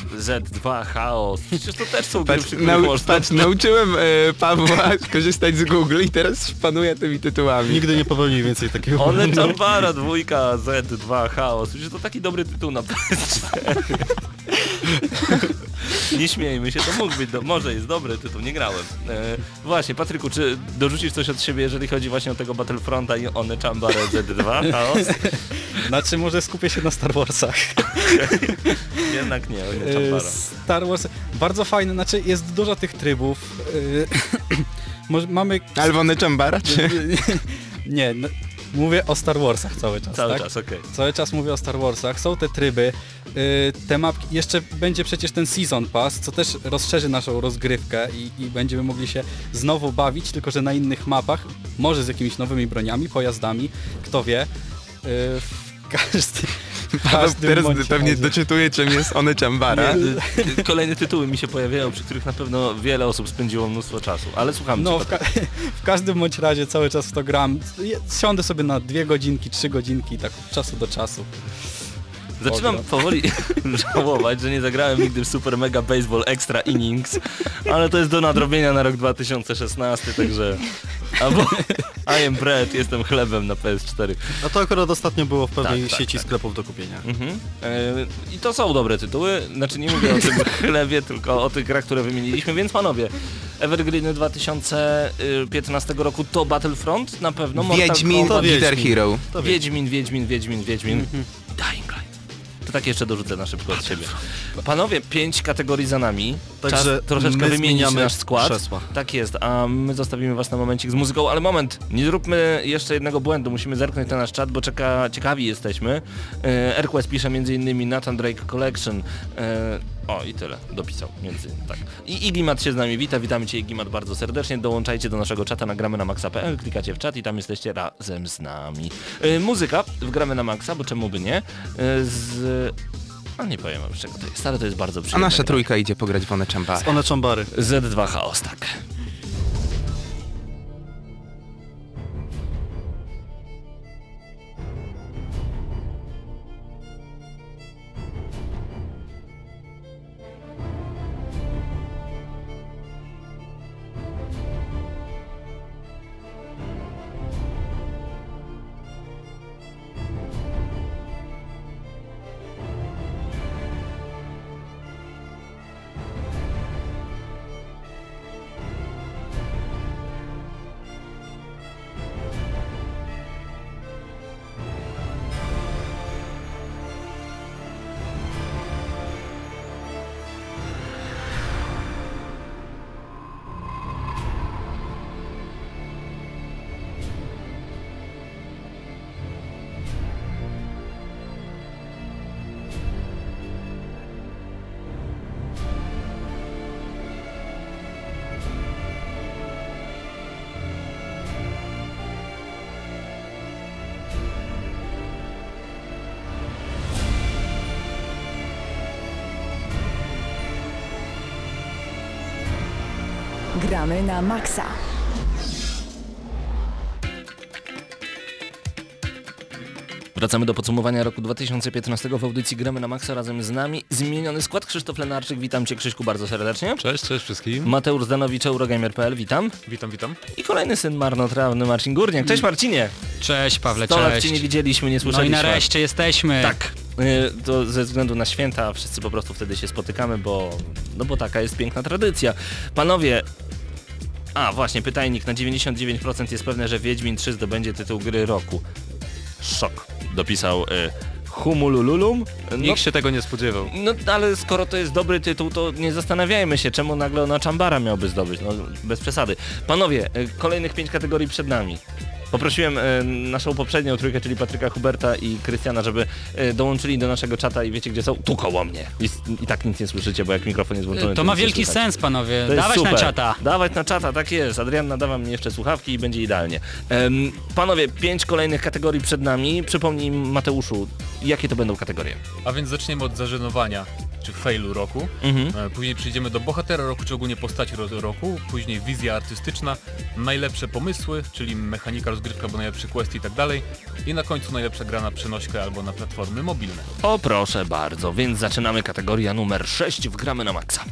Z dwa, Chaos? Przecież to też są gry, Patrz, przy których nau można... patrz nauczyłem e, Pawła korzystać z Google i teraz szpanuję tymi tytułami. Nigdy nie popełnił więcej takiego One błędu. Chambara, dwójka, Z dwa, Chaos. Przecież to taki dobry tytuł na P S cztery. Nie śmiejmy się, to mógł być, do... może jest dobry tytuł, nie grałem. E, właśnie, Patryku, czy dorzucisz coś od siebie, jeżeli chodzi właśnie o tego Battlefronta i One Chambara, Z dwa, Chaos? Znaczy może skupię się na Star Warsach. Jednak nie, One Yy, Chambara. Star Wars, bardzo fajne, znaczy jest dużo tych trybów. Yy, może mamy... Albo Nechambara, czy... Nie, no, mówię o Star Warsach cały czas, Cały tak? czas, okej. Cały czas mówię o Star Warsach, są te tryby, yy, te mapki, jeszcze będzie przecież ten Season Pass, co też rozszerzy naszą rozgrywkę i, i będziemy mogli się znowu bawić, tylko że na innych mapach, może z jakimiś nowymi broniami, pojazdami, kto wie. Yy, w każdy, w Paweł każdym teraz bądź pewnie razie. doczytuje, czym jest One Chambara. Nie, y, kolejne tytuły mi się pojawiają, przy których na pewno wiele osób spędziło mnóstwo czasu, ale słucham No, cię, w, ka Patryk. w każdym bądź razie cały czas w to gram. Je- Siądę sobie na dwie godzinki, trzy godzinki, tak od czasu do czasu. Zaczynam Pogra. powoli żałować, że nie zagrałem nigdy w Super Mega Baseball Extra Innings, ale to jest do nadrobienia na rok dwa tysiące szesnasty, także... Albo I am bread, jestem chlebem na P S cztery. A to akurat ostatnio było w pewnej Tak, tak, sieci tak. sklepów do kupienia. Mhm. E, I to są dobre tytuły, znaczy nie mówię o tym chlebie, tylko o tych grach, które wymieniliśmy, więc panowie, Evergreeny dwa tysiące piętnastego roku to Battlefront na pewno, Mortal Wiedźmin, Kombat, Guitar Wiedźmin. Hero. To wie. Wiedźmin, Wiedźmin, Wiedźmin, Wiedźmin, Dying Light. To tak jeszcze dorzucę na szybko od siebie. Panowie, pięć kategorii za nami. Czas Także troszeczkę my wymienić zmieniamy nasz skład. krzesła. Tak jest, a my zostawimy was na momencik z muzyką, ale moment, nie zróbmy jeszcze jednego błędu, musimy zerknąć na nasz czat, bo czeka, ciekawi jesteśmy. E, AirQuest pisze między innymi Nathan Drake Collection. E, o i tyle, dopisał między innymi, tak. I Igimat się z nami wita, witamy cię Igimat bardzo serdecznie, dołączajcie do naszego czata na gramy na maxa kropka p l, klikacie w czat i tam jesteście razem z nami. E, muzyka w gramy na maxa, bo czemu by nie, e, z... A nie powiem wam, z czego to jest, ale to jest bardzo A przyjemne. nasza trójka idzie pograć w One Chambary. One Chambary. zet dwa Chaos, tak. Gramy na maksa. Wracamy do podsumowania roku dwa tysiące piętnastego w audycji Gramy na Maxa. Razem z nami zmieniony skład. Krzysztof Lenarczyk, witam Cię Krzyśku bardzo serdecznie. Cześć, cześć wszystkim. Mateusz Zdanowicz, Eurogamer kropka p l, witam. Witam, witam. I kolejny syn marnotrawny, Marcin Górniak. Cześć Marcinie. Cześć Pawle, sto lat cześć. Cię nie widzieliśmy, nie No słyszeliśmy. i nareszcie jesteśmy. Tak. Y, To ze względu na święta wszyscy po prostu wtedy się spotykamy, bo no bo taka jest piękna tradycja. Panowie, a właśnie pytajnik, na dziewięćdziesiąt dziewięć procent jest pewne, że Wiedźmin trzy zdobędzie tytuł gry roku. Szok, dopisał y, Humulululum. No, Nikt się tego nie spodziewał. no ale skoro to jest dobry tytuł, to nie zastanawiajmy się, czemu nagle One Chambara miałby zdobyć, no bez przesady. Panowie, y, kolejnych pięć kategorii przed nami. Poprosiłem y, naszą poprzednią trójkę, czyli Patryka Huberta i Krystiana, żeby y, dołączyli do naszego czata i wiecie gdzie są? Tu koło mnie. I, I tak nic nie słyszycie, bo jak mikrofon jest włączony... To ma nic nie wielki słychać. sens, panowie. To jest Dawać super. na czata. Dawać na czata, tak jest. Adrian nadawa mnie jeszcze słuchawki i będzie idealnie. Em, panowie, pięć kolejnych kategorii przed nami. Przypomnij Mateuszu, jakie to będą kategorie? A więc zaczniemy od zażenowania, czy failu roku. Mhm. E, Później przejdziemy do bohatera roku, czy ogólnie postaci ro- roku. Później wizja artystyczna, najlepsze pomysły, czyli mechanika, rozgrywka, bo najlepszy quest i tak dalej. I na końcu najlepsza gra na przenośkę albo na platformy mobilne. O proszę bardzo, więc zaczynamy kategoria numer sześć w Gramy na Maxa.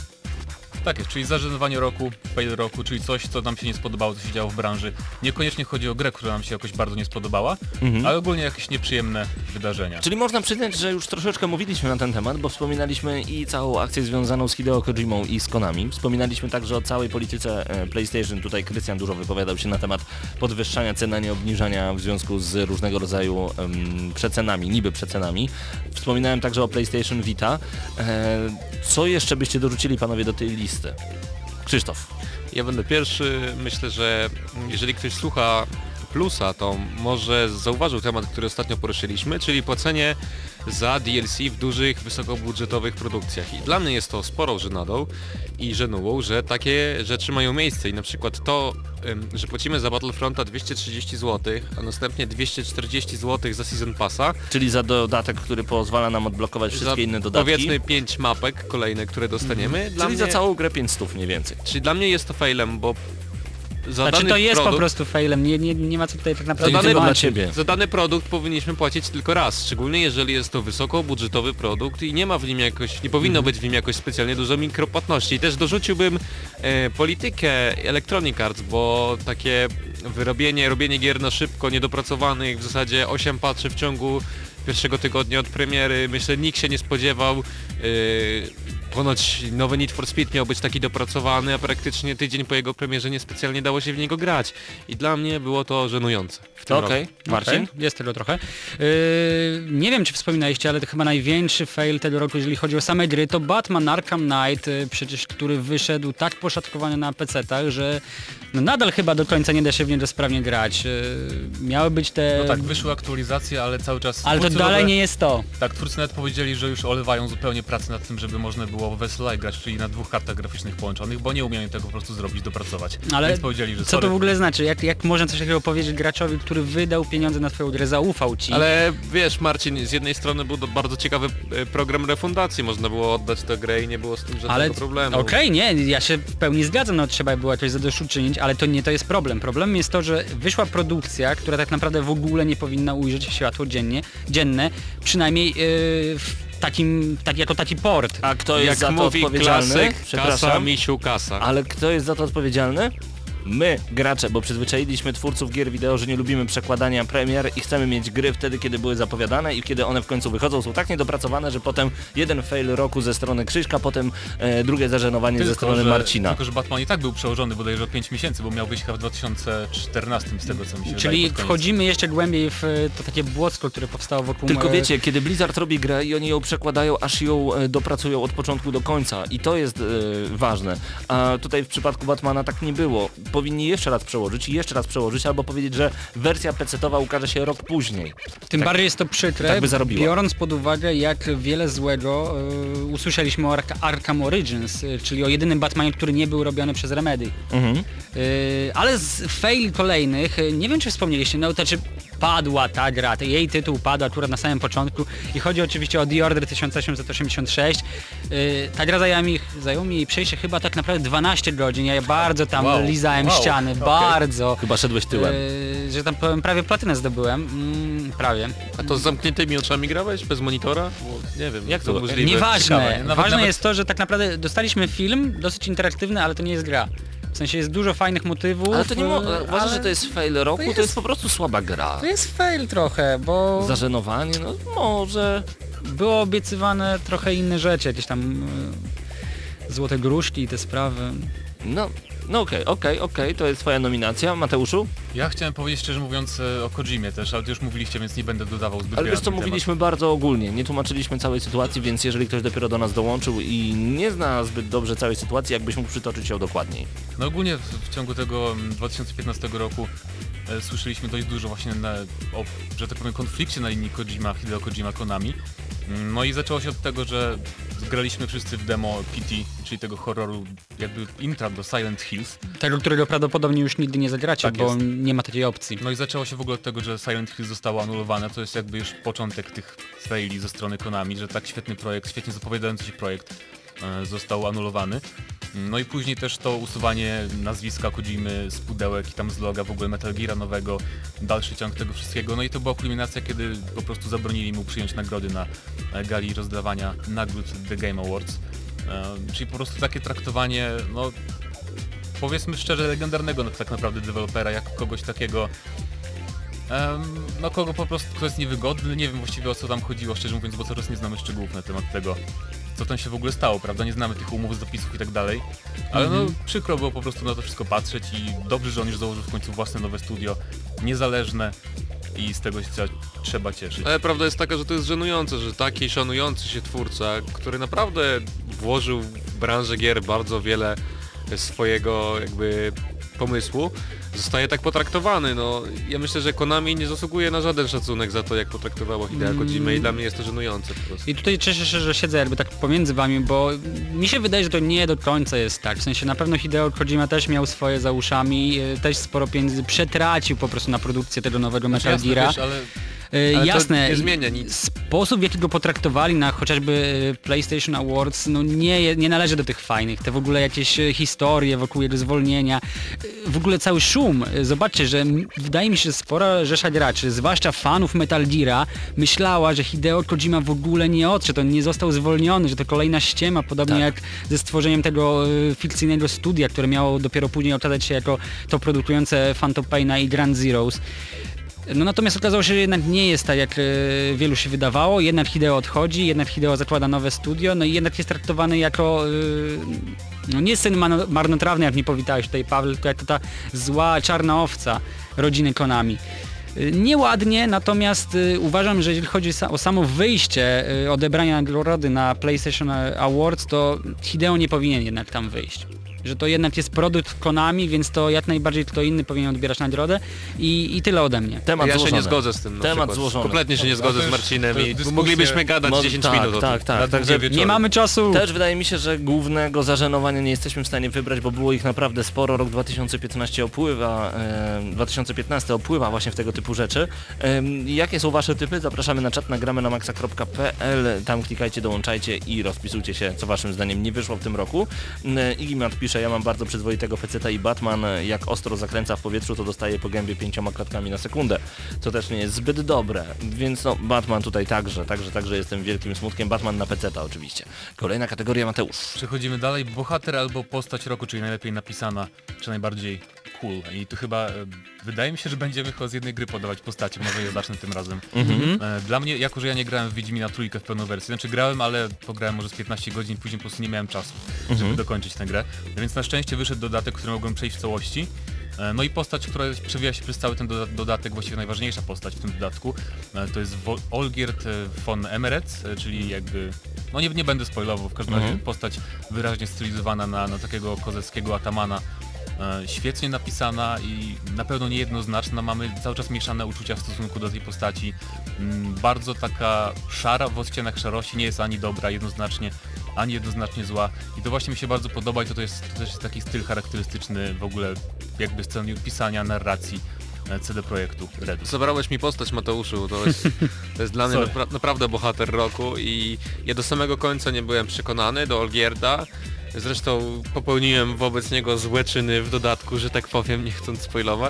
Tak jest, czyli zażenowanie roku, fail roku, czyli coś, co nam się nie spodobało, co się działo w branży. Niekoniecznie chodzi o grę, która nam się jakoś bardzo nie spodobała, Mhm. ale ogólnie jakieś nieprzyjemne wydarzenia. Czyli można przyznać, że już troszeczkę mówiliśmy na ten temat, bo wspominaliśmy i całą akcję związaną z Hideo Kojimą i z Konami. Wspominaliśmy także o całej polityce e, PlayStation. Tutaj Krystian dużo wypowiadał się na temat podwyższania cen, a nie obniżania w związku z różnego rodzaju em, przecenami, niby przecenami. Wspominałem także o PlayStation Vita. E, co jeszcze byście dorzucili panowie do tej listy? Krzysztof. Ja będę pierwszy. Myślę, że jeżeli ktoś słucha Plusa, to może zauważył temat, który ostatnio poruszyliśmy, czyli płacenie za D L C w dużych, wysokobudżetowych produkcjach. I dla mnie jest to sporą żenadą i żenułą, że takie rzeczy mają miejsce. I na przykład to, ym, że płacimy za Battlefronta dwieście trzydzieści złotych, a następnie dwieście czterdzieści złotych za Season Passa. Czyli za dodatek, który pozwala nam odblokować wszystkie za, inne dodatki. Powiedzmy pięć mapek kolejne, które dostaniemy. Mhm. Dla Czyli mnie, za całą grę pięć stów mniej więcej. Czyli dla mnie jest to failem, bo za Znaczy dany to jest produkt, po prostu failem, nie, nie, nie ma co tutaj tak naprawdę Za dany, tylko dla tłumaczyć. ciebie. za dany produkt powinniśmy płacić tylko raz, szczególnie jeżeli jest to wysokobudżetowy produkt i nie ma w nim jakoś, nie powinno być w nim jakoś specjalnie dużo mikropłatności. I też dorzuciłbym e, politykę Electronic Arts, bo takie wyrobienie, robienie gier na szybko, niedopracowanych, w zasadzie osiem patchy w ciągu pierwszego tygodnia od premiery, myślę nikt się nie spodziewał. E, Ponoć nowy Need for Speed miał być taki dopracowany, a praktycznie tydzień po jego premierze niespecjalnie dało się w niego grać. I dla mnie było to żenujące w tym Okej, roku. Marcin? Okej, jest tego trochę. Yy, nie wiem czy wspominaliście, ale to chyba największy fail tego roku, jeżeli chodzi o same gry, to Batman Arkham Knight, yy, przecież który wyszedł tak poszatkowany na pecetach, że no nadal chyba do końca nie da się w niego sprawnie grać. Yy, miały być te... No tak, wyszły aktualizacje, ale cały czas... Ale to twórcy dalej nowe- nie jest to. Tak, twórcy nawet powiedzieli, że już olewają zupełnie pracę nad tym, żeby można było było Wesela grać, czyli na dwóch kartach graficznych połączonych, bo nie umieli tego po prostu zrobić, dopracować. Ale Więc powiedzieli, że co sorry. to w ogóle znaczy? Jak, jak można coś takiego powiedzieć graczowi, który wydał pieniądze na twoją grę, zaufał ci? Ale wiesz, Marcin, z jednej strony był to bardzo ciekawy e, program refundacji, można było oddać tę grę i nie było z tym żadnego ale problemu. Okej, okay, nie, ja się w pełni zgadzam, no trzeba było jakoś zadośćuczynić, ale to nie to jest problem. Problemem jest to, że wyszła produkcja, która tak naprawdę w ogóle nie powinna ujrzeć światło dziennie, dzienne, przynajmniej yy, w takim, tak, jako taki port. A kto jest Jak za to mówi odpowiedzialny? klasyk, kasa, Przepraszam. misiu, kasa. Ale kto jest za to odpowiedzialny? My, gracze, bo przyzwyczailiśmy twórców gier wideo, że nie lubimy przekładania premier i chcemy mieć gry wtedy, kiedy były zapowiadane i kiedy one w końcu wychodzą, są tak niedopracowane, że potem jeden fail roku ze strony Krzyśka, potem e, drugie zażenowanie Tylko, ze strony że, Marcina. Tylko, że Batman i tak był przełożony bodajże o pięć miesięcy, bo miał wyjść chyba w dwa tysiące czternastym z tego co mi się Czyli wydaje. pod koniec. wchodzimy jeszcze głębiej w to takie błocko, które powstało wokół... Tylko e, wiecie, kiedy Blizzard robi grę i oni ją przekładają, aż ją e, dopracują od początku do końca i to jest e, ważne. A tutaj w przypadku Batmana tak nie było. Powinni jeszcze raz przełożyć i jeszcze raz przełożyć, albo powiedzieć, że wersja pecetowa ukaże się rok później. Tym tak, bardziej jest to przykre, tak by zarobiła. biorąc pod uwagę, jak wiele złego e, usłyszeliśmy o Ark Arkham Origins, e, czyli o jedynym Batmanie, który nie był robiony przez Remedy. Mhm. E, ale z fail kolejnych, e, nie wiem czy wspomnieliście, no to znaczy padła ta gra, jej tytuł padł akurat na samym początku i chodzi oczywiście o The Order tysiąc osiemset osiemdziesiąt sześć. Yy, ta gra zajęła mi, zajęło mi jej przejście chyba tak naprawdę dwanaście godzin, ja bardzo tam Wow, lizałem wow, ściany, okay. bardzo. Chyba szedłeś tyłem. Yy, że tam powiem, prawie platynę zdobyłem, mm, prawie. A to z zamkniętymi oczami grałeś? Bez monitora? Bo nie wiem, jak to to- możliwe? Nieważne, Ciekawe, nie? Nawet- ważne nawet- jest to, że tak naprawdę dostaliśmy film, dosyć interaktywny, ale to nie jest gra. W sensie jest dużo fajnych motywów. Ale to nie mo- yy, uważasz, ale że to jest fail roku? To jest... to jest- po prostu słaba gra. To jest fail trochę, bo... Zażenowanie? No może... było obiecywane trochę inne rzeczy, jakieś tam e, złote gruszki i te sprawy. No, no okej, okej, okej, to jest twoja nominacja. Mateuszu? Ja chciałem powiedzieć szczerze mówiąc e, o Kojimie też, ale to już mówiliście, więc nie będę dodawał zbyt Ale wiele wiesz co, na ten mówiliśmy bardzo ogólnie, nie tłumaczyliśmy całej sytuacji, więc jeżeli ktoś dopiero do nas dołączył i nie zna zbyt dobrze całej sytuacji, jakbyś mógł przytoczyć ją dokładniej. temat. No ogólnie w, w ciągu tego mm, dwa tysiące piętnastego roku e, słyszeliśmy dość dużo właśnie na, o, że tak powiem, konflikcie na linii Kojima, Hideo Kojima, Konami. Mm, No i zaczęło się od tego, że graliśmy wszyscy w demo P T, czyli tego horroru, jakby intra do Silent Hills. Tego, którego prawdopodobnie już nigdy nie zagracie, Tak bo jest. nie ma takiej opcji. No i zaczęło się w ogóle od tego, że Silent Hills zostało anulowane, to jest jakby już początek tych faili ze strony Konami, że tak świetny projekt, świetnie zapowiadający się projekt e, został anulowany. No i później też to usuwanie nazwiska Kojimy z pudełek i tam z loga w ogóle Metal Geara nowego, dalszy ciąg tego wszystkiego. No i to była kulminacja, kiedy po prostu zabronili mu przyjąć nagrody na e, gali rozdawania nagród The Game Awards. E, czyli po prostu takie traktowanie, no powiedzmy szczerze, legendarnego no, tak naprawdę dewelopera, jak kogoś takiego, em, no kogo po prostu, kto jest niewygodny, nie wiem właściwie o co tam chodziło, szczerze mówiąc, bo coraz nie znamy szczegółów na temat tego, co tam się w ogóle stało, prawda, nie znamy tych umów, zapisów i tak dalej, ale no przykro było po prostu na to wszystko patrzeć i dobrze, że on już założył w końcu własne nowe studio, niezależne i z tego się trzeba, trzeba cieszyć. Ale prawda jest taka, że to jest żenujące, że taki szanujący się twórca, który naprawdę włożył w branżę gier bardzo wiele swojego jakby pomysłu, zostaje tak potraktowany. No, ja myślę, że Konami nie zasługuje na żaden szacunek za to, jak potraktowało Hideo Kojimę i dla mnie jest to żenujące po prostu. I tutaj cieszę się, że siedzę jakby tak pomiędzy wami, bo mi się wydaje, że to nie do końca jest tak. W sensie na pewno Hideo Kojima też miał swoje za uszami, e, też sporo pieniędzy przetracił po prostu na produkcję tego nowego Metal Jasne, Geara. wiesz, ale E, Ale to Jasne, nie zmienia nic. Sposób w jaki go potraktowali na chociażby e, PlayStation Awards, no nie, je- nie należy do tych fajnych. Te w ogóle jakieś e, historie wokół jego zwolnienia, e, w ogóle cały szum. E, Zobaczcie, że m- wydaje mi się, że spora rzesza graczy, zwłaszcza fanów Metal Geara, myślała, że Hideo Kojima w ogóle nie odszedł, on nie został zwolniony, że to kolejna ściema, podobnie Tak. jak ze stworzeniem tego e, fikcyjnego studia, które miało dopiero później okazać się jako to produkujące Phantom Paina i Grand Zeroes. No natomiast okazało się, że jednak nie jest tak, jak e, wielu się wydawało, jednak Hideo odchodzi, jednak Hideo zakłada nowe studio, no i jednak jest traktowany jako, e, no nie syn man- marnotrawny, jak mi powitałeś tutaj, Paweł, tylko jako ta zła, czarna owca rodziny Konami. E, Nieładnie, natomiast e, uważam, że jeżeli chodzi sa- o samo wyjście, e, odebrania nagrody na PlayStation Awards, to Hideo nie powinien jednak tam wyjść. że to jednak jest produkt Konami, więc to jak najbardziej kto inny powinien odbierać nagrodę i, i tyle ode mnie. Temat Ja się złożony. nie zgodzę z tym na Temat przykład. złożony. Kompletnie się nie zgodzę z Marcinem to jest i dyskusja- moglibyśmy gadać Mo- dziesięć tak, minut o tak, tym. tak, Na także długie wieczory. Nie mamy czasu! też wydaje mi się, że głównego zażenowania nie jesteśmy w stanie wybrać, bo było ich naprawdę sporo. Rok dwa tysiące piętnasty opływa, e, dwa tysiące piętnasty opływa właśnie w tego typu rzeczy. E, jakie są wasze typy? Zapraszamy na czat na gramy na maxa kropka p l. Tam klikajcie, dołączajcie i rozpisujcie się, co waszym zdaniem nie wyszło w tym roku. E, Igimat pisze, ja mam bardzo przyzwoitego peceta i Batman jak ostro zakręca w powietrzu, to dostaje po gębie pięcioma klatkami na sekundę, co też nie jest zbyt dobre, więc no Batman tutaj także, także, także jestem wielkim smutkiem. Batman na peceta oczywiście. Kolejna kategoria, Mateusz. Przechodzimy dalej. Bohater albo postać roku, czyli najlepiej napisana, czy najbardziej cool. I tu chyba e, wydaje mi się, że będziemy chyba z jednej gry podawać postacie, może ja zacznę tym razem. Mhm. E, Dla mnie, jako że ja nie grałem w Wiedźmina trójkę w pełną wersję, znaczy grałem, ale pograłem może z piętnaście godzin, później po prostu nie miałem czasu, żeby Mhm. dokończyć tę grę. Więc na szczęście wyszedł dodatek, który mogłem przejść w całości. E, No i postać, która przewija się przez cały ten doda- dodatek, właściwie najważniejsza postać w tym dodatku, e, to jest Wo- Olgierd e, von Emmerich, e, czyli jakby, no nie, nie będę spoilował, w każdym razie Mhm. postać wyraźnie stylizowana na, na takiego kozackiego atamana, e, świetnie napisana i na pewno niejednoznaczna, mamy cały czas mieszane uczucia w stosunku do tej postaci, mm, bardzo taka szara, w odcieniach szarości, nie jest ani dobra jednoznacznie, ani jednoznacznie zła i to właśnie mi się bardzo podoba i to, to, jest, to też jest taki styl charakterystyczny w ogóle jakby sceny pisania, narracji e, C D Projektu Red. Zabrałeś mi postać, Mateuszu, to jest, to jest dla mnie Sorry. napra- naprawdę bohater roku i ja do samego końca nie byłem przekonany do Olgierda. Zresztą popełniłem wobec niego złe czyny w dodatku, że tak powiem, nie chcąc spoilować.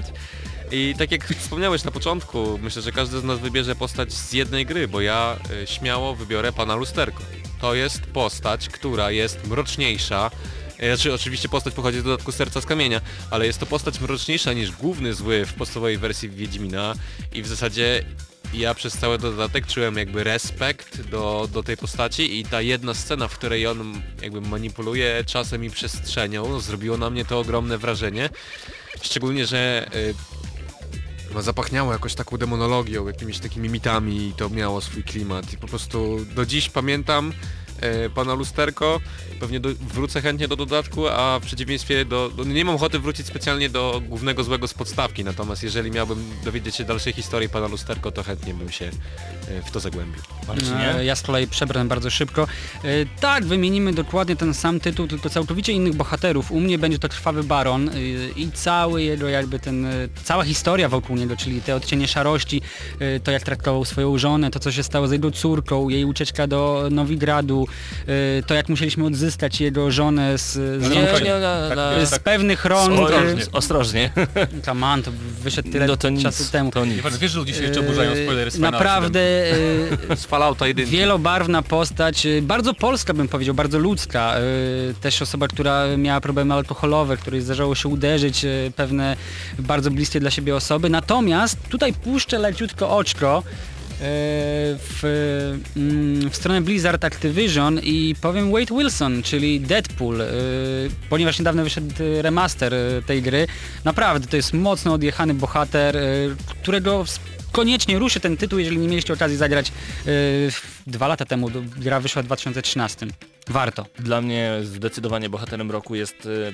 I tak jak wspomniałeś na początku, myślę, że każdy z nas wybierze postać z jednej gry, bo ja y, śmiało wybiorę pana Lusterko. To jest postać, która jest mroczniejsza. e, Znaczy oczywiście postać pochodzi z dodatku Serca z Kamienia, ale jest to postać mroczniejsza niż główny zły w podstawowej wersji Wiedźmina i w zasadzie ja przez cały dodatek czułem jakby respekt do, do tej postaci i ta jedna scena, w której on jakby manipuluje czasem i przestrzenią, zrobiło na mnie to ogromne wrażenie. Szczególnie, że y, no, zapachniało jakoś taką demonologią, jakimiś takimi mitami i to miało swój klimat i po prostu do dziś pamiętam e, pana Lusterko, pewnie do, wrócę chętnie do dodatku, a w przeciwieństwie do, do... nie mam ochoty wrócić specjalnie do głównego złego z podstawki, natomiast jeżeli miałbym dowiedzieć się dalszej historii pana Lusterko, to chętnie bym się e, w to zagłębił. Marcinie? E, Ja z kolei przebrnę bardzo szybko. E, Tak, wymienimy dokładnie ten sam tytuł, tylko całkowicie innych bohaterów. U mnie będzie to Krwawy Baron e, i cały jego jakby ten, e, cała historia wokół niego, czyli te odcienie szarości, e, to jak traktował swoją żonę, to co się stało z jego córką, jej ucieczka do Nowigradu, e, to jak musieliśmy odzyskać jego żonę z, z, No Nie, nie, nie, tak, nie, tak, nie, wiesz, z tak, pewnych rąk. Ostrożnie, e, ostrożnie. Come on, to wyszedł tyle No to nic, czasu temu. to nic. Nie patrz, wiesz, że ludzie się jeszcze oburzają spoilery z E, Final Naprawdę e, Z Fallouta jedynki. wielobarwna postać, y, bardzo polska bym powiedział, bardzo ludzka. y, Też osoba, która miała problemy alkoholowe, której zdarzało się uderzyć y, pewne bardzo bliskie dla siebie osoby. Natomiast tutaj puszczę leciutko oczko y, w, mm, w stronę Blizzard Activision i powiem Wade Wilson, czyli Deadpool, y, ponieważ niedawno wyszedł y, remaster y, tej gry. Naprawdę to jest mocno odjechany bohater, y, którego w koniecznie ruszy ten tytuł, jeżeli nie mieliście okazji zagrać yy, dwa lata temu, do, gra wyszła w dwa tysiące trzynastym. Warto. Dla mnie zdecydowanie bohaterem roku jest... y,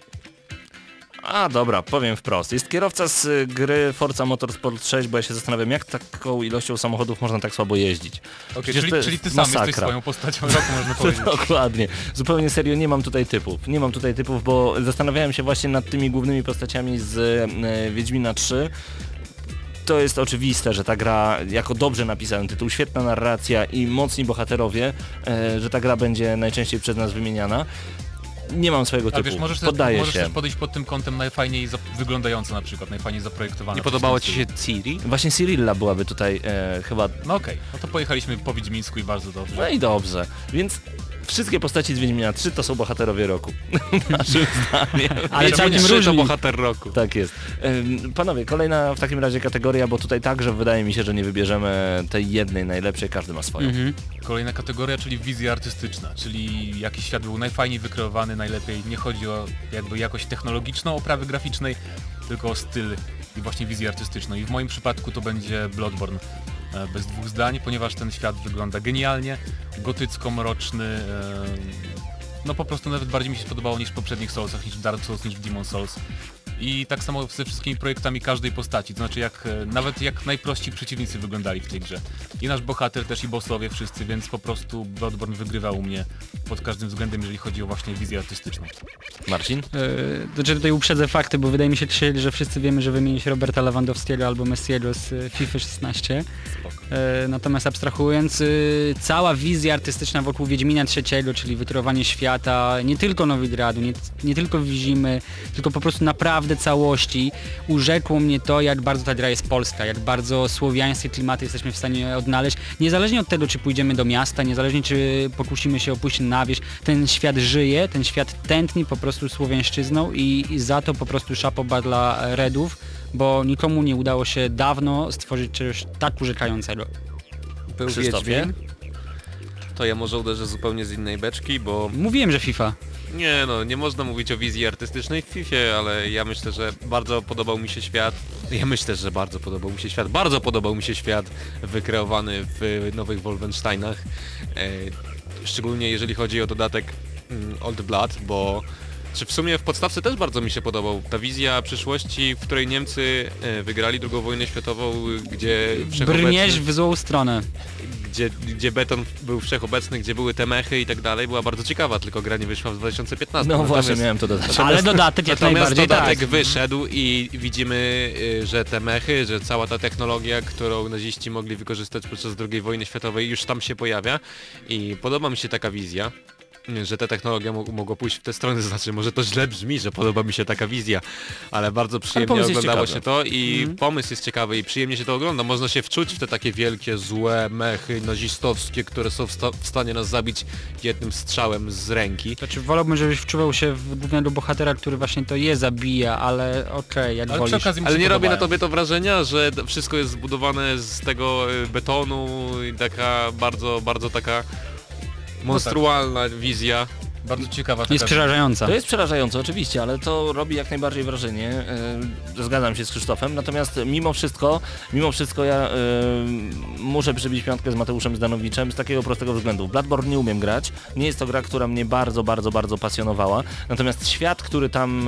A dobra, powiem wprost. Jest kierowca z y, gry Forza Motorsport sześć, bo ja się zastanawiam, jak taką ilością samochodów można tak słabo jeździć. Okay, Przecież czyli, to jest czyli ty sam jesteś masakra. swoją postacią roku, można powiedzieć. Dokładnie. Zupełnie serio nie mam tutaj typów. Nie mam tutaj typów, bo zastanawiałem się właśnie nad tymi głównymi postaciami z y, Wiedźmina trzy. To jest oczywiste, że ta gra, jako dobrze napisany tytuł, świetna narracja i mocni bohaterowie, e, że ta gra będzie najczęściej przez nas wymieniana. Nie mam swojego A typu, wiesz, możesz, też, poddaję możesz się. też podejść pod tym kątem najfajniej zap- wyglądająco na przykład, najfajniej zaprojektowane. Nie podobało ci się Ciri? Właśnie Cyrilla byłaby tutaj e, chyba... No okej, no to pojechaliśmy po Wiedźmińsku i bardzo dobrze. No i dobrze, więc wszystkie postaci z Wiedźmina trzy to są bohaterowie roku. Naszym zdaniem. Ale całkiem Trzy to różni. bohater roku. Tak jest. Ym, Panowie, kolejna w takim razie kategoria, bo tutaj także wydaje mi się, że nie wybierzemy tej jednej najlepszej, każdy ma swoją. Mhm. Kolejna kategoria, czyli wizja artystyczna, czyli jaki świat był najfajniej wykreowany, najlepiej. Nie chodzi o jakby jakość technologiczną oprawy graficznej, tylko o styl i właśnie wizję artystyczną. I w moim przypadku to będzie Bloodborne. e, Bez dwóch zdań, ponieważ ten świat wygląda genialnie, gotycko-mroczny, e, no po prostu nawet bardziej mi się podobało niż w poprzednich Soulsach, niż w Dark Souls, niż w Demon Souls. I tak samo ze wszystkimi projektami każdej postaci, to znaczy jak nawet jak najprościej przeciwnicy wyglądali w tej grze. I nasz bohater też i bossowie wszyscy, więc po prostu Bloodborne wygrywał u mnie pod każdym względem, jeżeli chodzi o właśnie wizję artystyczną. Marcin? Yy, to znaczy tutaj uprzedzę fakty, bo wydaje mi się, że wszyscy wiemy, że wymienić Roberta Lewandowskiego albo Messiego z FIFA szesnaście. Yy, natomiast abstrahując, yy, cała wizja artystyczna wokół Wiedźmina trzeciego, czyli wykreowanie świata, nie tylko Nowigradu, nie, nie tylko Wizimy, tylko po prostu naprawdę całości, urzekło mnie to, jak bardzo ta gra jest polska, jak bardzo słowiańskie klimaty jesteśmy w stanie odnaleźć, niezależnie od tego, czy pójdziemy do miasta, niezależnie czy pokusimy się o pójście na wieś, ten świat żyje, ten świat tętni po prostu słowiańszczyzną i, i za to po prostu szapoba dla Redów, bo nikomu nie udało się dawno stworzyć czegoś tak urzekającego. Był Krzysztofie? Wiedźmin. To ja może uderzę zupełnie z innej beczki, bo Mówiłem, że FIFA. nie no, nie można mówić o wizji artystycznej w Fifie, ale ja myślę, że bardzo podobał mi się świat. Ja myślę, że bardzo podobał mi się świat. Bardzo podobał mi się świat wykreowany w nowych Wolfensteinach. E, szczególnie jeżeli chodzi o dodatek mm, Old Blood, bo czy w sumie w podstawce też bardzo mi się podobał. Ta wizja przyszłości, w której Niemcy e, wygrali drugą wojnę światową, gdzie wszechobecny... Brniesz w złą stronę. Gdzie, gdzie beton był wszechobecny, gdzie były te mechy i tak dalej, była bardzo ciekawa, tylko gra nie wyszła w dwa tysiące piętnastym. No Natomiast- właśnie, miałem to dodać. Ale dodatek jak Natomiast najbardziej dodatek tak. wyszedł i widzimy, y, że te mechy, że cała ta technologia, którą naziści mogli wykorzystać podczas drugiej wojny światowej, już tam się pojawia i podoba mi się taka wizja, że ta technologia mo- mogła pójść w tę stronę, znaczy może to źle brzmi, że podoba mi się taka wizja, ale bardzo przyjemnie pomysł jest oglądało ciekawy. się to i Mhm. pomysł jest ciekawy i przyjemnie się to ogląda. Można się wczuć w te takie wielkie, złe mechy nazistowskie, które są w, sta- w stanie nas zabić jednym strzałem z ręki. Znaczy wolałbym, żebyś wczuwał się w głównego bohatera, który właśnie to je zabija, ale okej, jak Ale wolisz. przy okazji mi Ale się nie robi na podobają. tobie to wrażenia, że to wszystko jest zbudowane z tego y, betonu i taka bardzo, bardzo taka monstrualna wizja. Bardzo ciekawa Jest taka... przerażająca. To jest przerażające oczywiście, ale to robi jak najbardziej wrażenie. Yy, zgadzam się z Krzysztofem, natomiast mimo wszystko, mimo wszystko ja yy, muszę przybić piątkę z Mateuszem Zdanowiczem z takiego prostego względu. W Bloodborne nie umiem grać, nie jest to gra, która mnie bardzo, bardzo, bardzo pasjonowała, natomiast świat, który tam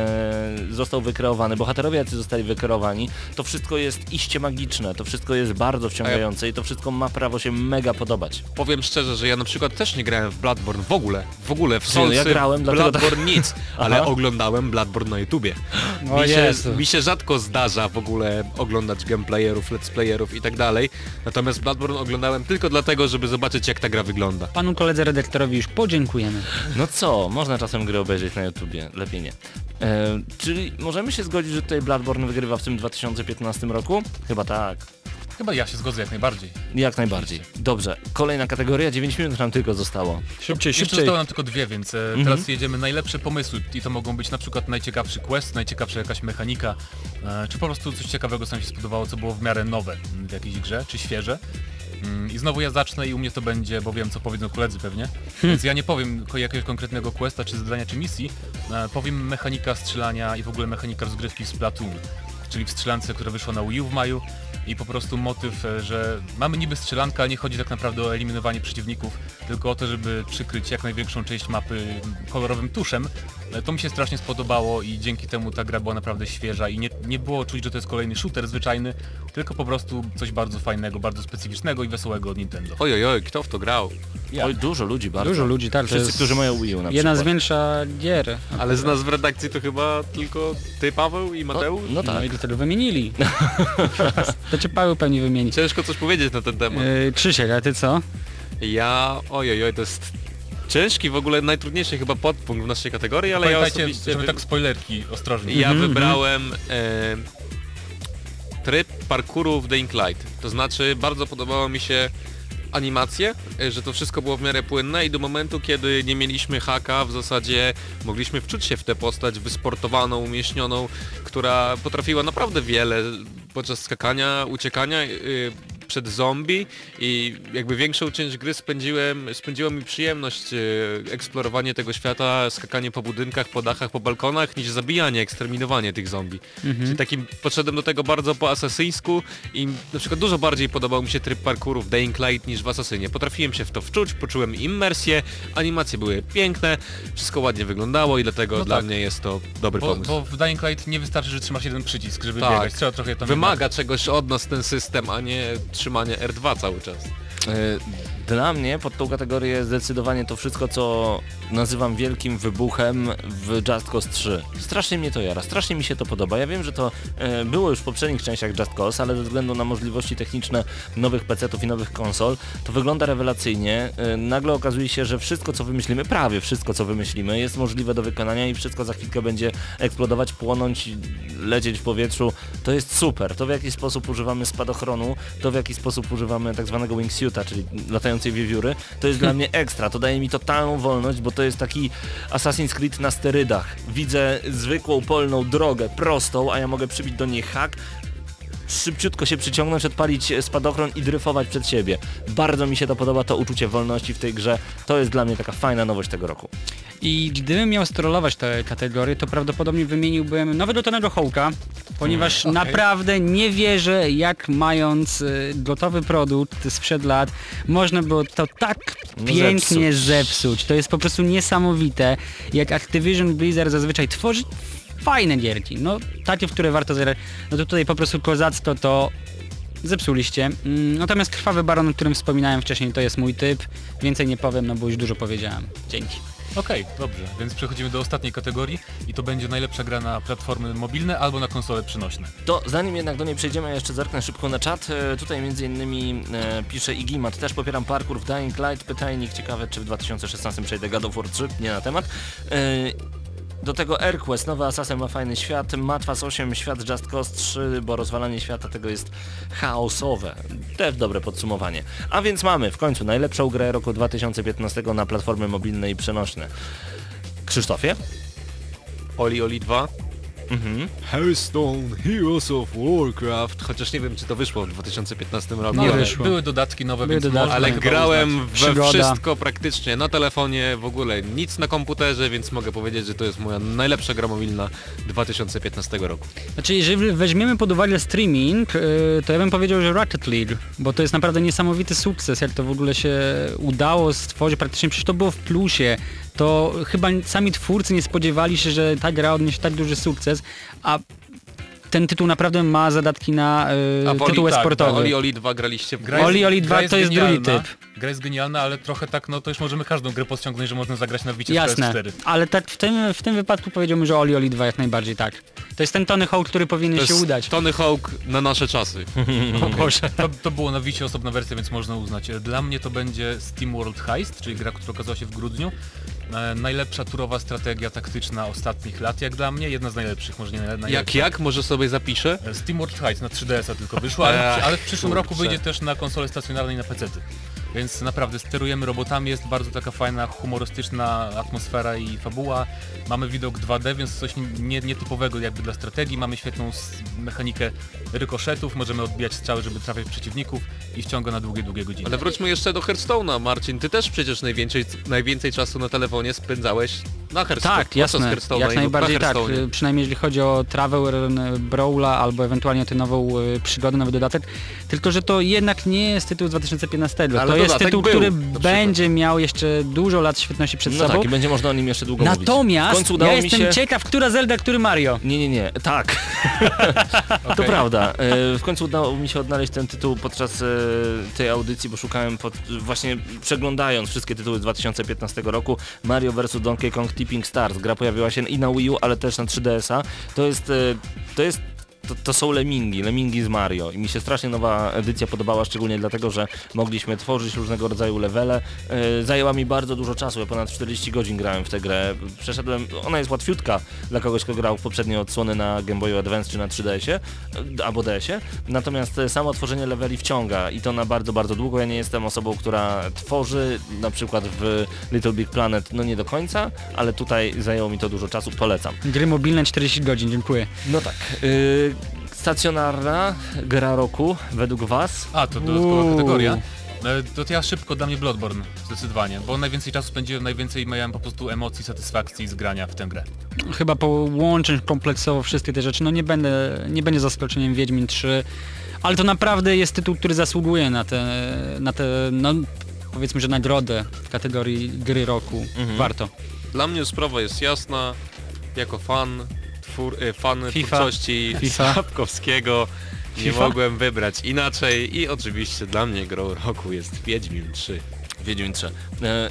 yy, został wykreowany, bohaterowie jacy zostali wykreowani, to wszystko jest iście magiczne, to wszystko jest bardzo wciągające i to wszystko ma prawo się mega podobać. Powiem szczerze, że ja na przykład też nie grałem w Bloodborne w ogóle, w ogóle w no Soulsy, ja grałem, dlatego Bloodborne nic, ale Aha. oglądałem Bloodborne na YouTubie. O Mi się, Jezu. mi się rzadko zdarza w ogóle oglądać gameplayerów, let's playerów i tak dalej, natomiast Bloodborne oglądałem tylko dlatego, żeby zobaczyć jak ta gra wygląda. Panu koledze redaktorowi już podziękujemy. No co, można czasem gry obejrzeć na YouTubie, lepiej nie. E, czyli możemy się zgodzić, że tutaj Bloodborne wygrywa w tym dwa tysiące piętnastym roku? Chyba tak. Chyba ja się zgodzę jak najbardziej. Jak najbardziej. Dobrze, kolejna kategoria, dziewięć minut nam tylko zostało. Szybciej, Jeszcze zostały nam tylko dwie, więc e, Mhm. teraz jedziemy najlepsze pomysły i to mogą być na przykład najciekawszy quest, najciekawsza jakaś mechanika, e, czy po prostu coś ciekawego, co nam się spodobało, co było w miarę nowe w jakiejś grze, czy świeże. Mm, I znowu ja zacznę i u mnie to będzie, bo wiem co powiedzą koledzy pewnie, więc ja nie powiem ko- jakiegoś konkretnego questa, czy zadania, czy misji, e, powiem mechanika strzelania i w ogóle mechanika rozgrywki z Splatoon, czyli w strzelance, która wyszła na Wii U w maju i po prostu motyw, e, że mamy niby strzelankę, ale nie chodzi tak naprawdę o eliminowanie przeciwników, tylko o to, żeby przykryć jak największą część mapy kolorowym tuszem. E, To mi się strasznie spodobało i dzięki temu ta gra była naprawdę świeża i nie, nie było czuć, że to jest kolejny shooter zwyczajny, tylko po prostu coś bardzo fajnego, bardzo specyficznego i wesołego od Nintendo. Oj, oj, oj, kto w to grał? Ja. Oj, dużo ludzi bardzo. Dużo ludzi, tak. to Wszyscy, jest którzy mają Wii U na jedna z przykład. większych gier. Ale z nas w redakcji to chyba tylko ty, Paweł i Mateusz? No tak. No i dlatego wymienili. To cię Paweł pewnie wymieni. Ciężko coś powiedzieć na ten temat. Yy, Krzysiek, a ty co? Ja, oj, oj, oj, to jest ciężki, w ogóle najtrudniejszy chyba podpunkt w naszej kategorii, ale ja Pamiętajcie, osobiście... żeby wy- tak spoilerki ostrożnie. Ja Mhm, wybrałem e, tryb parkouru w Dying Light. To znaczy bardzo podobało mi się animacje, e, że to wszystko było w miarę płynne i do momentu, kiedy nie mieliśmy haka, w zasadzie mogliśmy wczuć się w tę postać wysportowaną, umieśnioną, która potrafiła naprawdę wiele podczas skakania, uciekania. e, przed zombie i jakby większą część gry spędziłem, spędziło mi przyjemność e, eksplorowanie tego świata, skakanie po budynkach, po dachach, po balkonach, niż zabijanie, eksterminowanie tych zombie. Mhm. Czyli takim podszedłem do tego bardzo po asasyńsku i na przykład dużo bardziej podobał mi się tryb parkouru w Dying Light niż w Asasynie. Potrafiłem się w to wczuć, poczułem immersję, animacje były piękne, wszystko ładnie wyglądało i dlatego No dla tak. mnie jest to dobry Bo, pomysł. bo w Dying Light nie wystarczy, że trzymasz jeden przycisk, żeby Tak. biegać. Trzeba trochę tam Wymaga czegoś od nas ten system, a nie trzymanie R dwa cały czas. Dla mnie pod tą kategorię jest zdecydowanie to wszystko, co nazywam wielkim wybuchem w Just Cause trzy. Strasznie mnie to jara, strasznie mi się to podoba. Ja wiem, że to e, było już w poprzednich częściach Just Cause, ale ze względu na możliwości techniczne nowych pecetów i nowych konsol, to wygląda rewelacyjnie. E, nagle okazuje się, że wszystko, co wymyślimy, prawie wszystko, co wymyślimy, jest możliwe do wykonania i wszystko za chwilkę będzie eksplodować, płonąć, lecieć w powietrzu. To jest super. To, w jaki sposób używamy spadochronu, to, w jaki sposób używamy tak zwanego wingsuita, czyli latającej wiewióry, to jest dla mnie ekstra. To daje mi totalną wolność, bo to jest taki Assassin's Creed na sterydach. Widzę zwykłą polną drogę, prostą, a ja mogę przybić do niej hak, szybciutko się przyciągnąć, odpalić spadochron i dryfować przed siebie. Bardzo mi się to podoba, to uczucie wolności w tej grze. To jest dla mnie taka fajna nowość tego roku. I gdybym miał strollować te kategorie, to prawdopodobnie wymieniłbym nowego Tonego Hawka, ponieważ Mm, okay. naprawdę nie wierzę, jak mając y, gotowy produkt sprzed lat, można było to tak No pięknie zepsuć. zepsuć. To jest po prostu niesamowite, jak Activision Blizzard zazwyczaj tworzy fajne gierki, no takie, w które warto zagrać. No to tutaj po prostu kozacko to zepsuliście. Mm, natomiast Krwawy Baron, o którym wspominałem wcześniej, to jest mój typ. Więcej nie powiem, no bo już dużo powiedziałem. Dzięki. Okej, dobrze, więc przechodzimy do ostatniej kategorii i to będzie najlepsza gra na platformy mobilne albo na konsole przenośne. To zanim jednak do niej przejdziemy, ja jeszcze zerknę szybko na czat. E, tutaj między innymi e, pisze Igimat, też popieram parkour w Dying Light. Pytajnik, ciekawe czy w dwa tysiące szesnastym przejdę God of War trzy, nie na temat. E, Do tego EarQuest, nowy Assassin ma fajny świat, Matwas osiem, świat Just Cause trzy, bo rozwalanie świata tego jest chaosowe. Też dobre podsumowanie. A więc mamy w końcu najlepszą grę roku dwa tysiące piętnastego na platformy mobilne i przenośne. Krzysztofie? Oli Oli dwa. Mhm. Hearthstone, Heroes of Warcraft, chociaż nie wiem czy to wyszło w dwa tysiące piętnastym roku. No, Nie ale wyszło. były dodatki nowe, Były więc dodatki. można Ale chyba grałem uznać. we Przygoda. wszystko praktycznie, na telefonie, w ogóle nic na komputerze, więc mogę powiedzieć, że to jest moja najlepsza gra mobilna dwa tysiące piętnastego roku. Znaczy, jeżeli weźmiemy pod uwagę streaming, yy, to ja bym powiedział, że Rocket League, bo to jest naprawdę niesamowity sukces, jak to w ogóle się udało stworzyć, praktycznie przecież to było w plusie. To chyba sami twórcy nie spodziewali się, że ta gra odniesie tak duży sukces, a ten tytuł naprawdę ma zadatki na yy, A w Oli- tytuł tak, esportowy. Oli Oli dwa graliście w Gra jest- Oli Oli dwa gra to jest drugi genialna, typ. Gra jest genialna, ale trochę tak, no to już możemy każdą grę podciągnąć, że można zagrać na Wicie Jasne, P S cztery. ale tak w tym, w tym wypadku powiedziałbym, że Oli Oli dwa jak najbardziej tak. To jest ten Tony Hawk, który powinien To się jest udać. Tony Hawk na nasze czasy. O Boże. To, to było na Wicie osobna wersja, więc można uznać. Dla mnie to będzie Steam World Heist, czyli gra, która okazała się w grudniu. E, najlepsza turowa strategia taktyczna ostatnich lat, jak dla mnie, jedna z najlepszych, może nie naj- najlepsza. Jak jak? Może sobie zapiszę? E, Steam World Heist na trzy D S a tylko wyszło, ale, Ech, ale w przyszłym roku kurczę. wyjdzie też na konsole stacjonarne i na pecety. Więc naprawdę sterujemy robotami, jest bardzo taka fajna, humorystyczna atmosfera i fabuła. Mamy widok dwa D, więc coś nie, nietypowego jakby dla strategii. Mamy świetną s- mechanikę rykoszetów, możemy odbijać strzały, żeby trafiać przeciwników i wciąga na długie, długie godziny. Ale wróćmy jeszcze do Hearthstone'a, Marcin. Ty też przecież najwięcej, najwięcej czasu na telefonie spędzałeś na Hearthstone. Tak, jasne, Hearthstone'a jak i najbardziej na tak. Hearthstone'ie. Y, Przynajmniej jeżeli chodzi o Travel Run, Brawla albo ewentualnie tę nową y, przygodę, nowy dodatek. Tylko, że to jednak nie jest tytuł z dwa tysiące piętnastego. Ale to jest dodatek tytuł, był, który na przykład. będzie miał jeszcze dużo lat świetności przed No sobą. tak, i będzie można o nim jeszcze długo mówić. W Natomiast końcu udało ja mi jestem się... ciekaw, która Zelda, który Mario. Nie, nie, nie, tak. To Okej. prawda. E, W końcu udało mi się odnaleźć ten tytuł podczas e, tej audycji, bo szukałem pod, właśnie przeglądając wszystkie tytuły z dwa tysiące piętnastego roku. Mario versus. Donkey Kong Tipping Stars. Gra pojawiła się i na Wii U, ale też na trzy D S a. To jest, e, to jest To, to są Lemmingi, Lemmingi z Mario i mi się strasznie nowa edycja podobała, szczególnie dlatego, że mogliśmy tworzyć różnego rodzaju levele. Yy, zajęła mi bardzo dużo czasu, ja ponad czterdzieści godzin grałem w tę grę. Przeszedłem, ona jest łatwiutka dla kogoś, kto grał w poprzednie odsłony na Game Boyu Advance czy na trzy D S ie, yy, albo D S ie. Natomiast e, samo tworzenie leveli wciąga i to na bardzo, bardzo długo. Ja nie jestem osobą, która tworzy, na przykład w Little Big Planet, no nie do końca, ale tutaj zajęło mi to dużo czasu, polecam. Gry mobilne czterdzieści godzin, dziękuję. No tak. Yy, stacjonarna gra roku według was? A, to dodatkowa Uuu. kategoria. No, to ja szybko, dla mnie Bloodborne, zdecydowanie, bo najwięcej czasu spędziłem, najwięcej miałem po prostu emocji, satysfakcji z grania w tę grę. Chyba połączyć kompleksowo wszystkie te rzeczy, no nie będę, nie będzie zaskoczeniem Wiedźmin trzy, ale to naprawdę jest tytuł, który zasługuje na te, na te no powiedzmy, że nagrodę w kategorii gry roku. Mhm. Warto. Dla mnie sprawa jest jasna, jako fan, twór, e, fan FIFA. twórczości FIFA. Sapkowskiego nie FIFA? mogłem wybrać inaczej i oczywiście dla mnie grą roku jest Wiedźmin trzy. Wiedźmin trzy. E,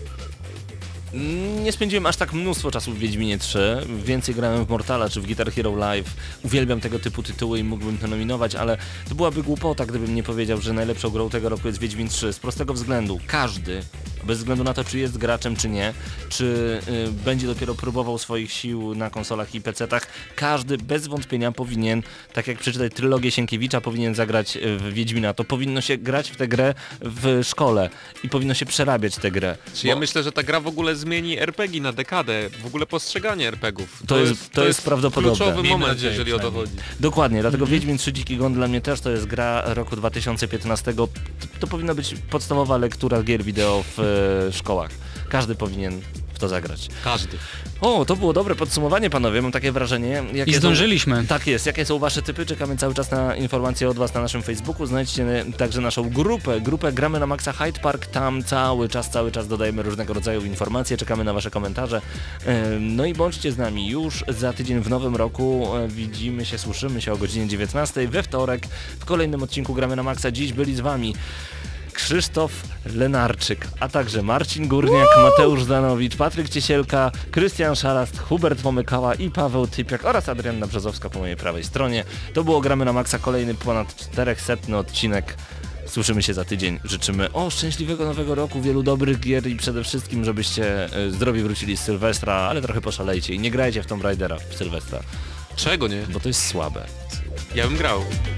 nie spędziłem aż tak mnóstwo czasu w Wiedźminie trzy, więcej grałem w Mortala czy w Guitar Hero Live. Uwielbiam tego typu tytuły i mógłbym to nominować, ale to byłaby głupota, gdybym nie powiedział, że najlepszą grą tego roku jest Wiedźmin trzy. Z prostego względu, każdy, bez względu na to, czy jest graczem, czy nie, czy y, będzie dopiero próbował swoich sił na konsolach i pecetach, każdy bez wątpienia powinien, tak jak przeczytać trylogię Sienkiewicza, powinien zagrać w Wiedźmina. To powinno się grać w tę grę w szkole i powinno się przerabiać tę grę. Czy ja myślę, że ta gra w ogóle zmieni er pe gie na dekadę, w ogóle postrzeganie er pe gie ów. To jest- to jest prawdopodobne. kluczowy Miejmy moment, nadzieję jeżeli o to przynajmniej. chodzi. Dokładnie, dlatego Wiedźmin trzy Dziki Gon dla mnie też to jest gra roku dwa tysiące piętnastego. To, to powinna być podstawowa lektura gier wideo w e, szkołach. Każdy powinien w to zagrać. Każdy. O, to było dobre podsumowanie, panowie, mam takie wrażenie. Jakie I są- zdążyliśmy. Tak jest, jakie są wasze typy? Czekamy cały czas na informacje od was na naszym Facebooku. Znajdźcie także naszą grupę, grupę Gramy na Maxa Hyde Park. Tam cały czas, cały czas dodajemy różnego rodzaju informacje, czekamy na wasze komentarze. Ym, No i bądźcie z nami już za tydzień w nowym roku. E, Widzimy się, słyszymy się o godzinie dziewiętnastej we wtorek w kolejnym odcinku Gramy na Maxa. Dziś byli z wami Krzysztof Lenarczyk, a także Marcin Górniak, Mateusz Danowicz, Patryk Ciesielka, Krystian Szalast, Hubert Pomykała i Paweł Typiak oraz Adrianna Brzozowska po mojej prawej stronie. To było Gramy na Maxa, kolejny ponad czterychsetny odcinek. Słyszymy się za tydzień. Życzymy o szczęśliwego nowego roku, wielu dobrych gier i przede wszystkim, żebyście e, zdrowi wrócili z Sylwestra, ale trochę poszalejcie i nie grajcie w Tomb Raidera w Sylwestra, Czego nie? bo to jest słabe. Ja bym grał.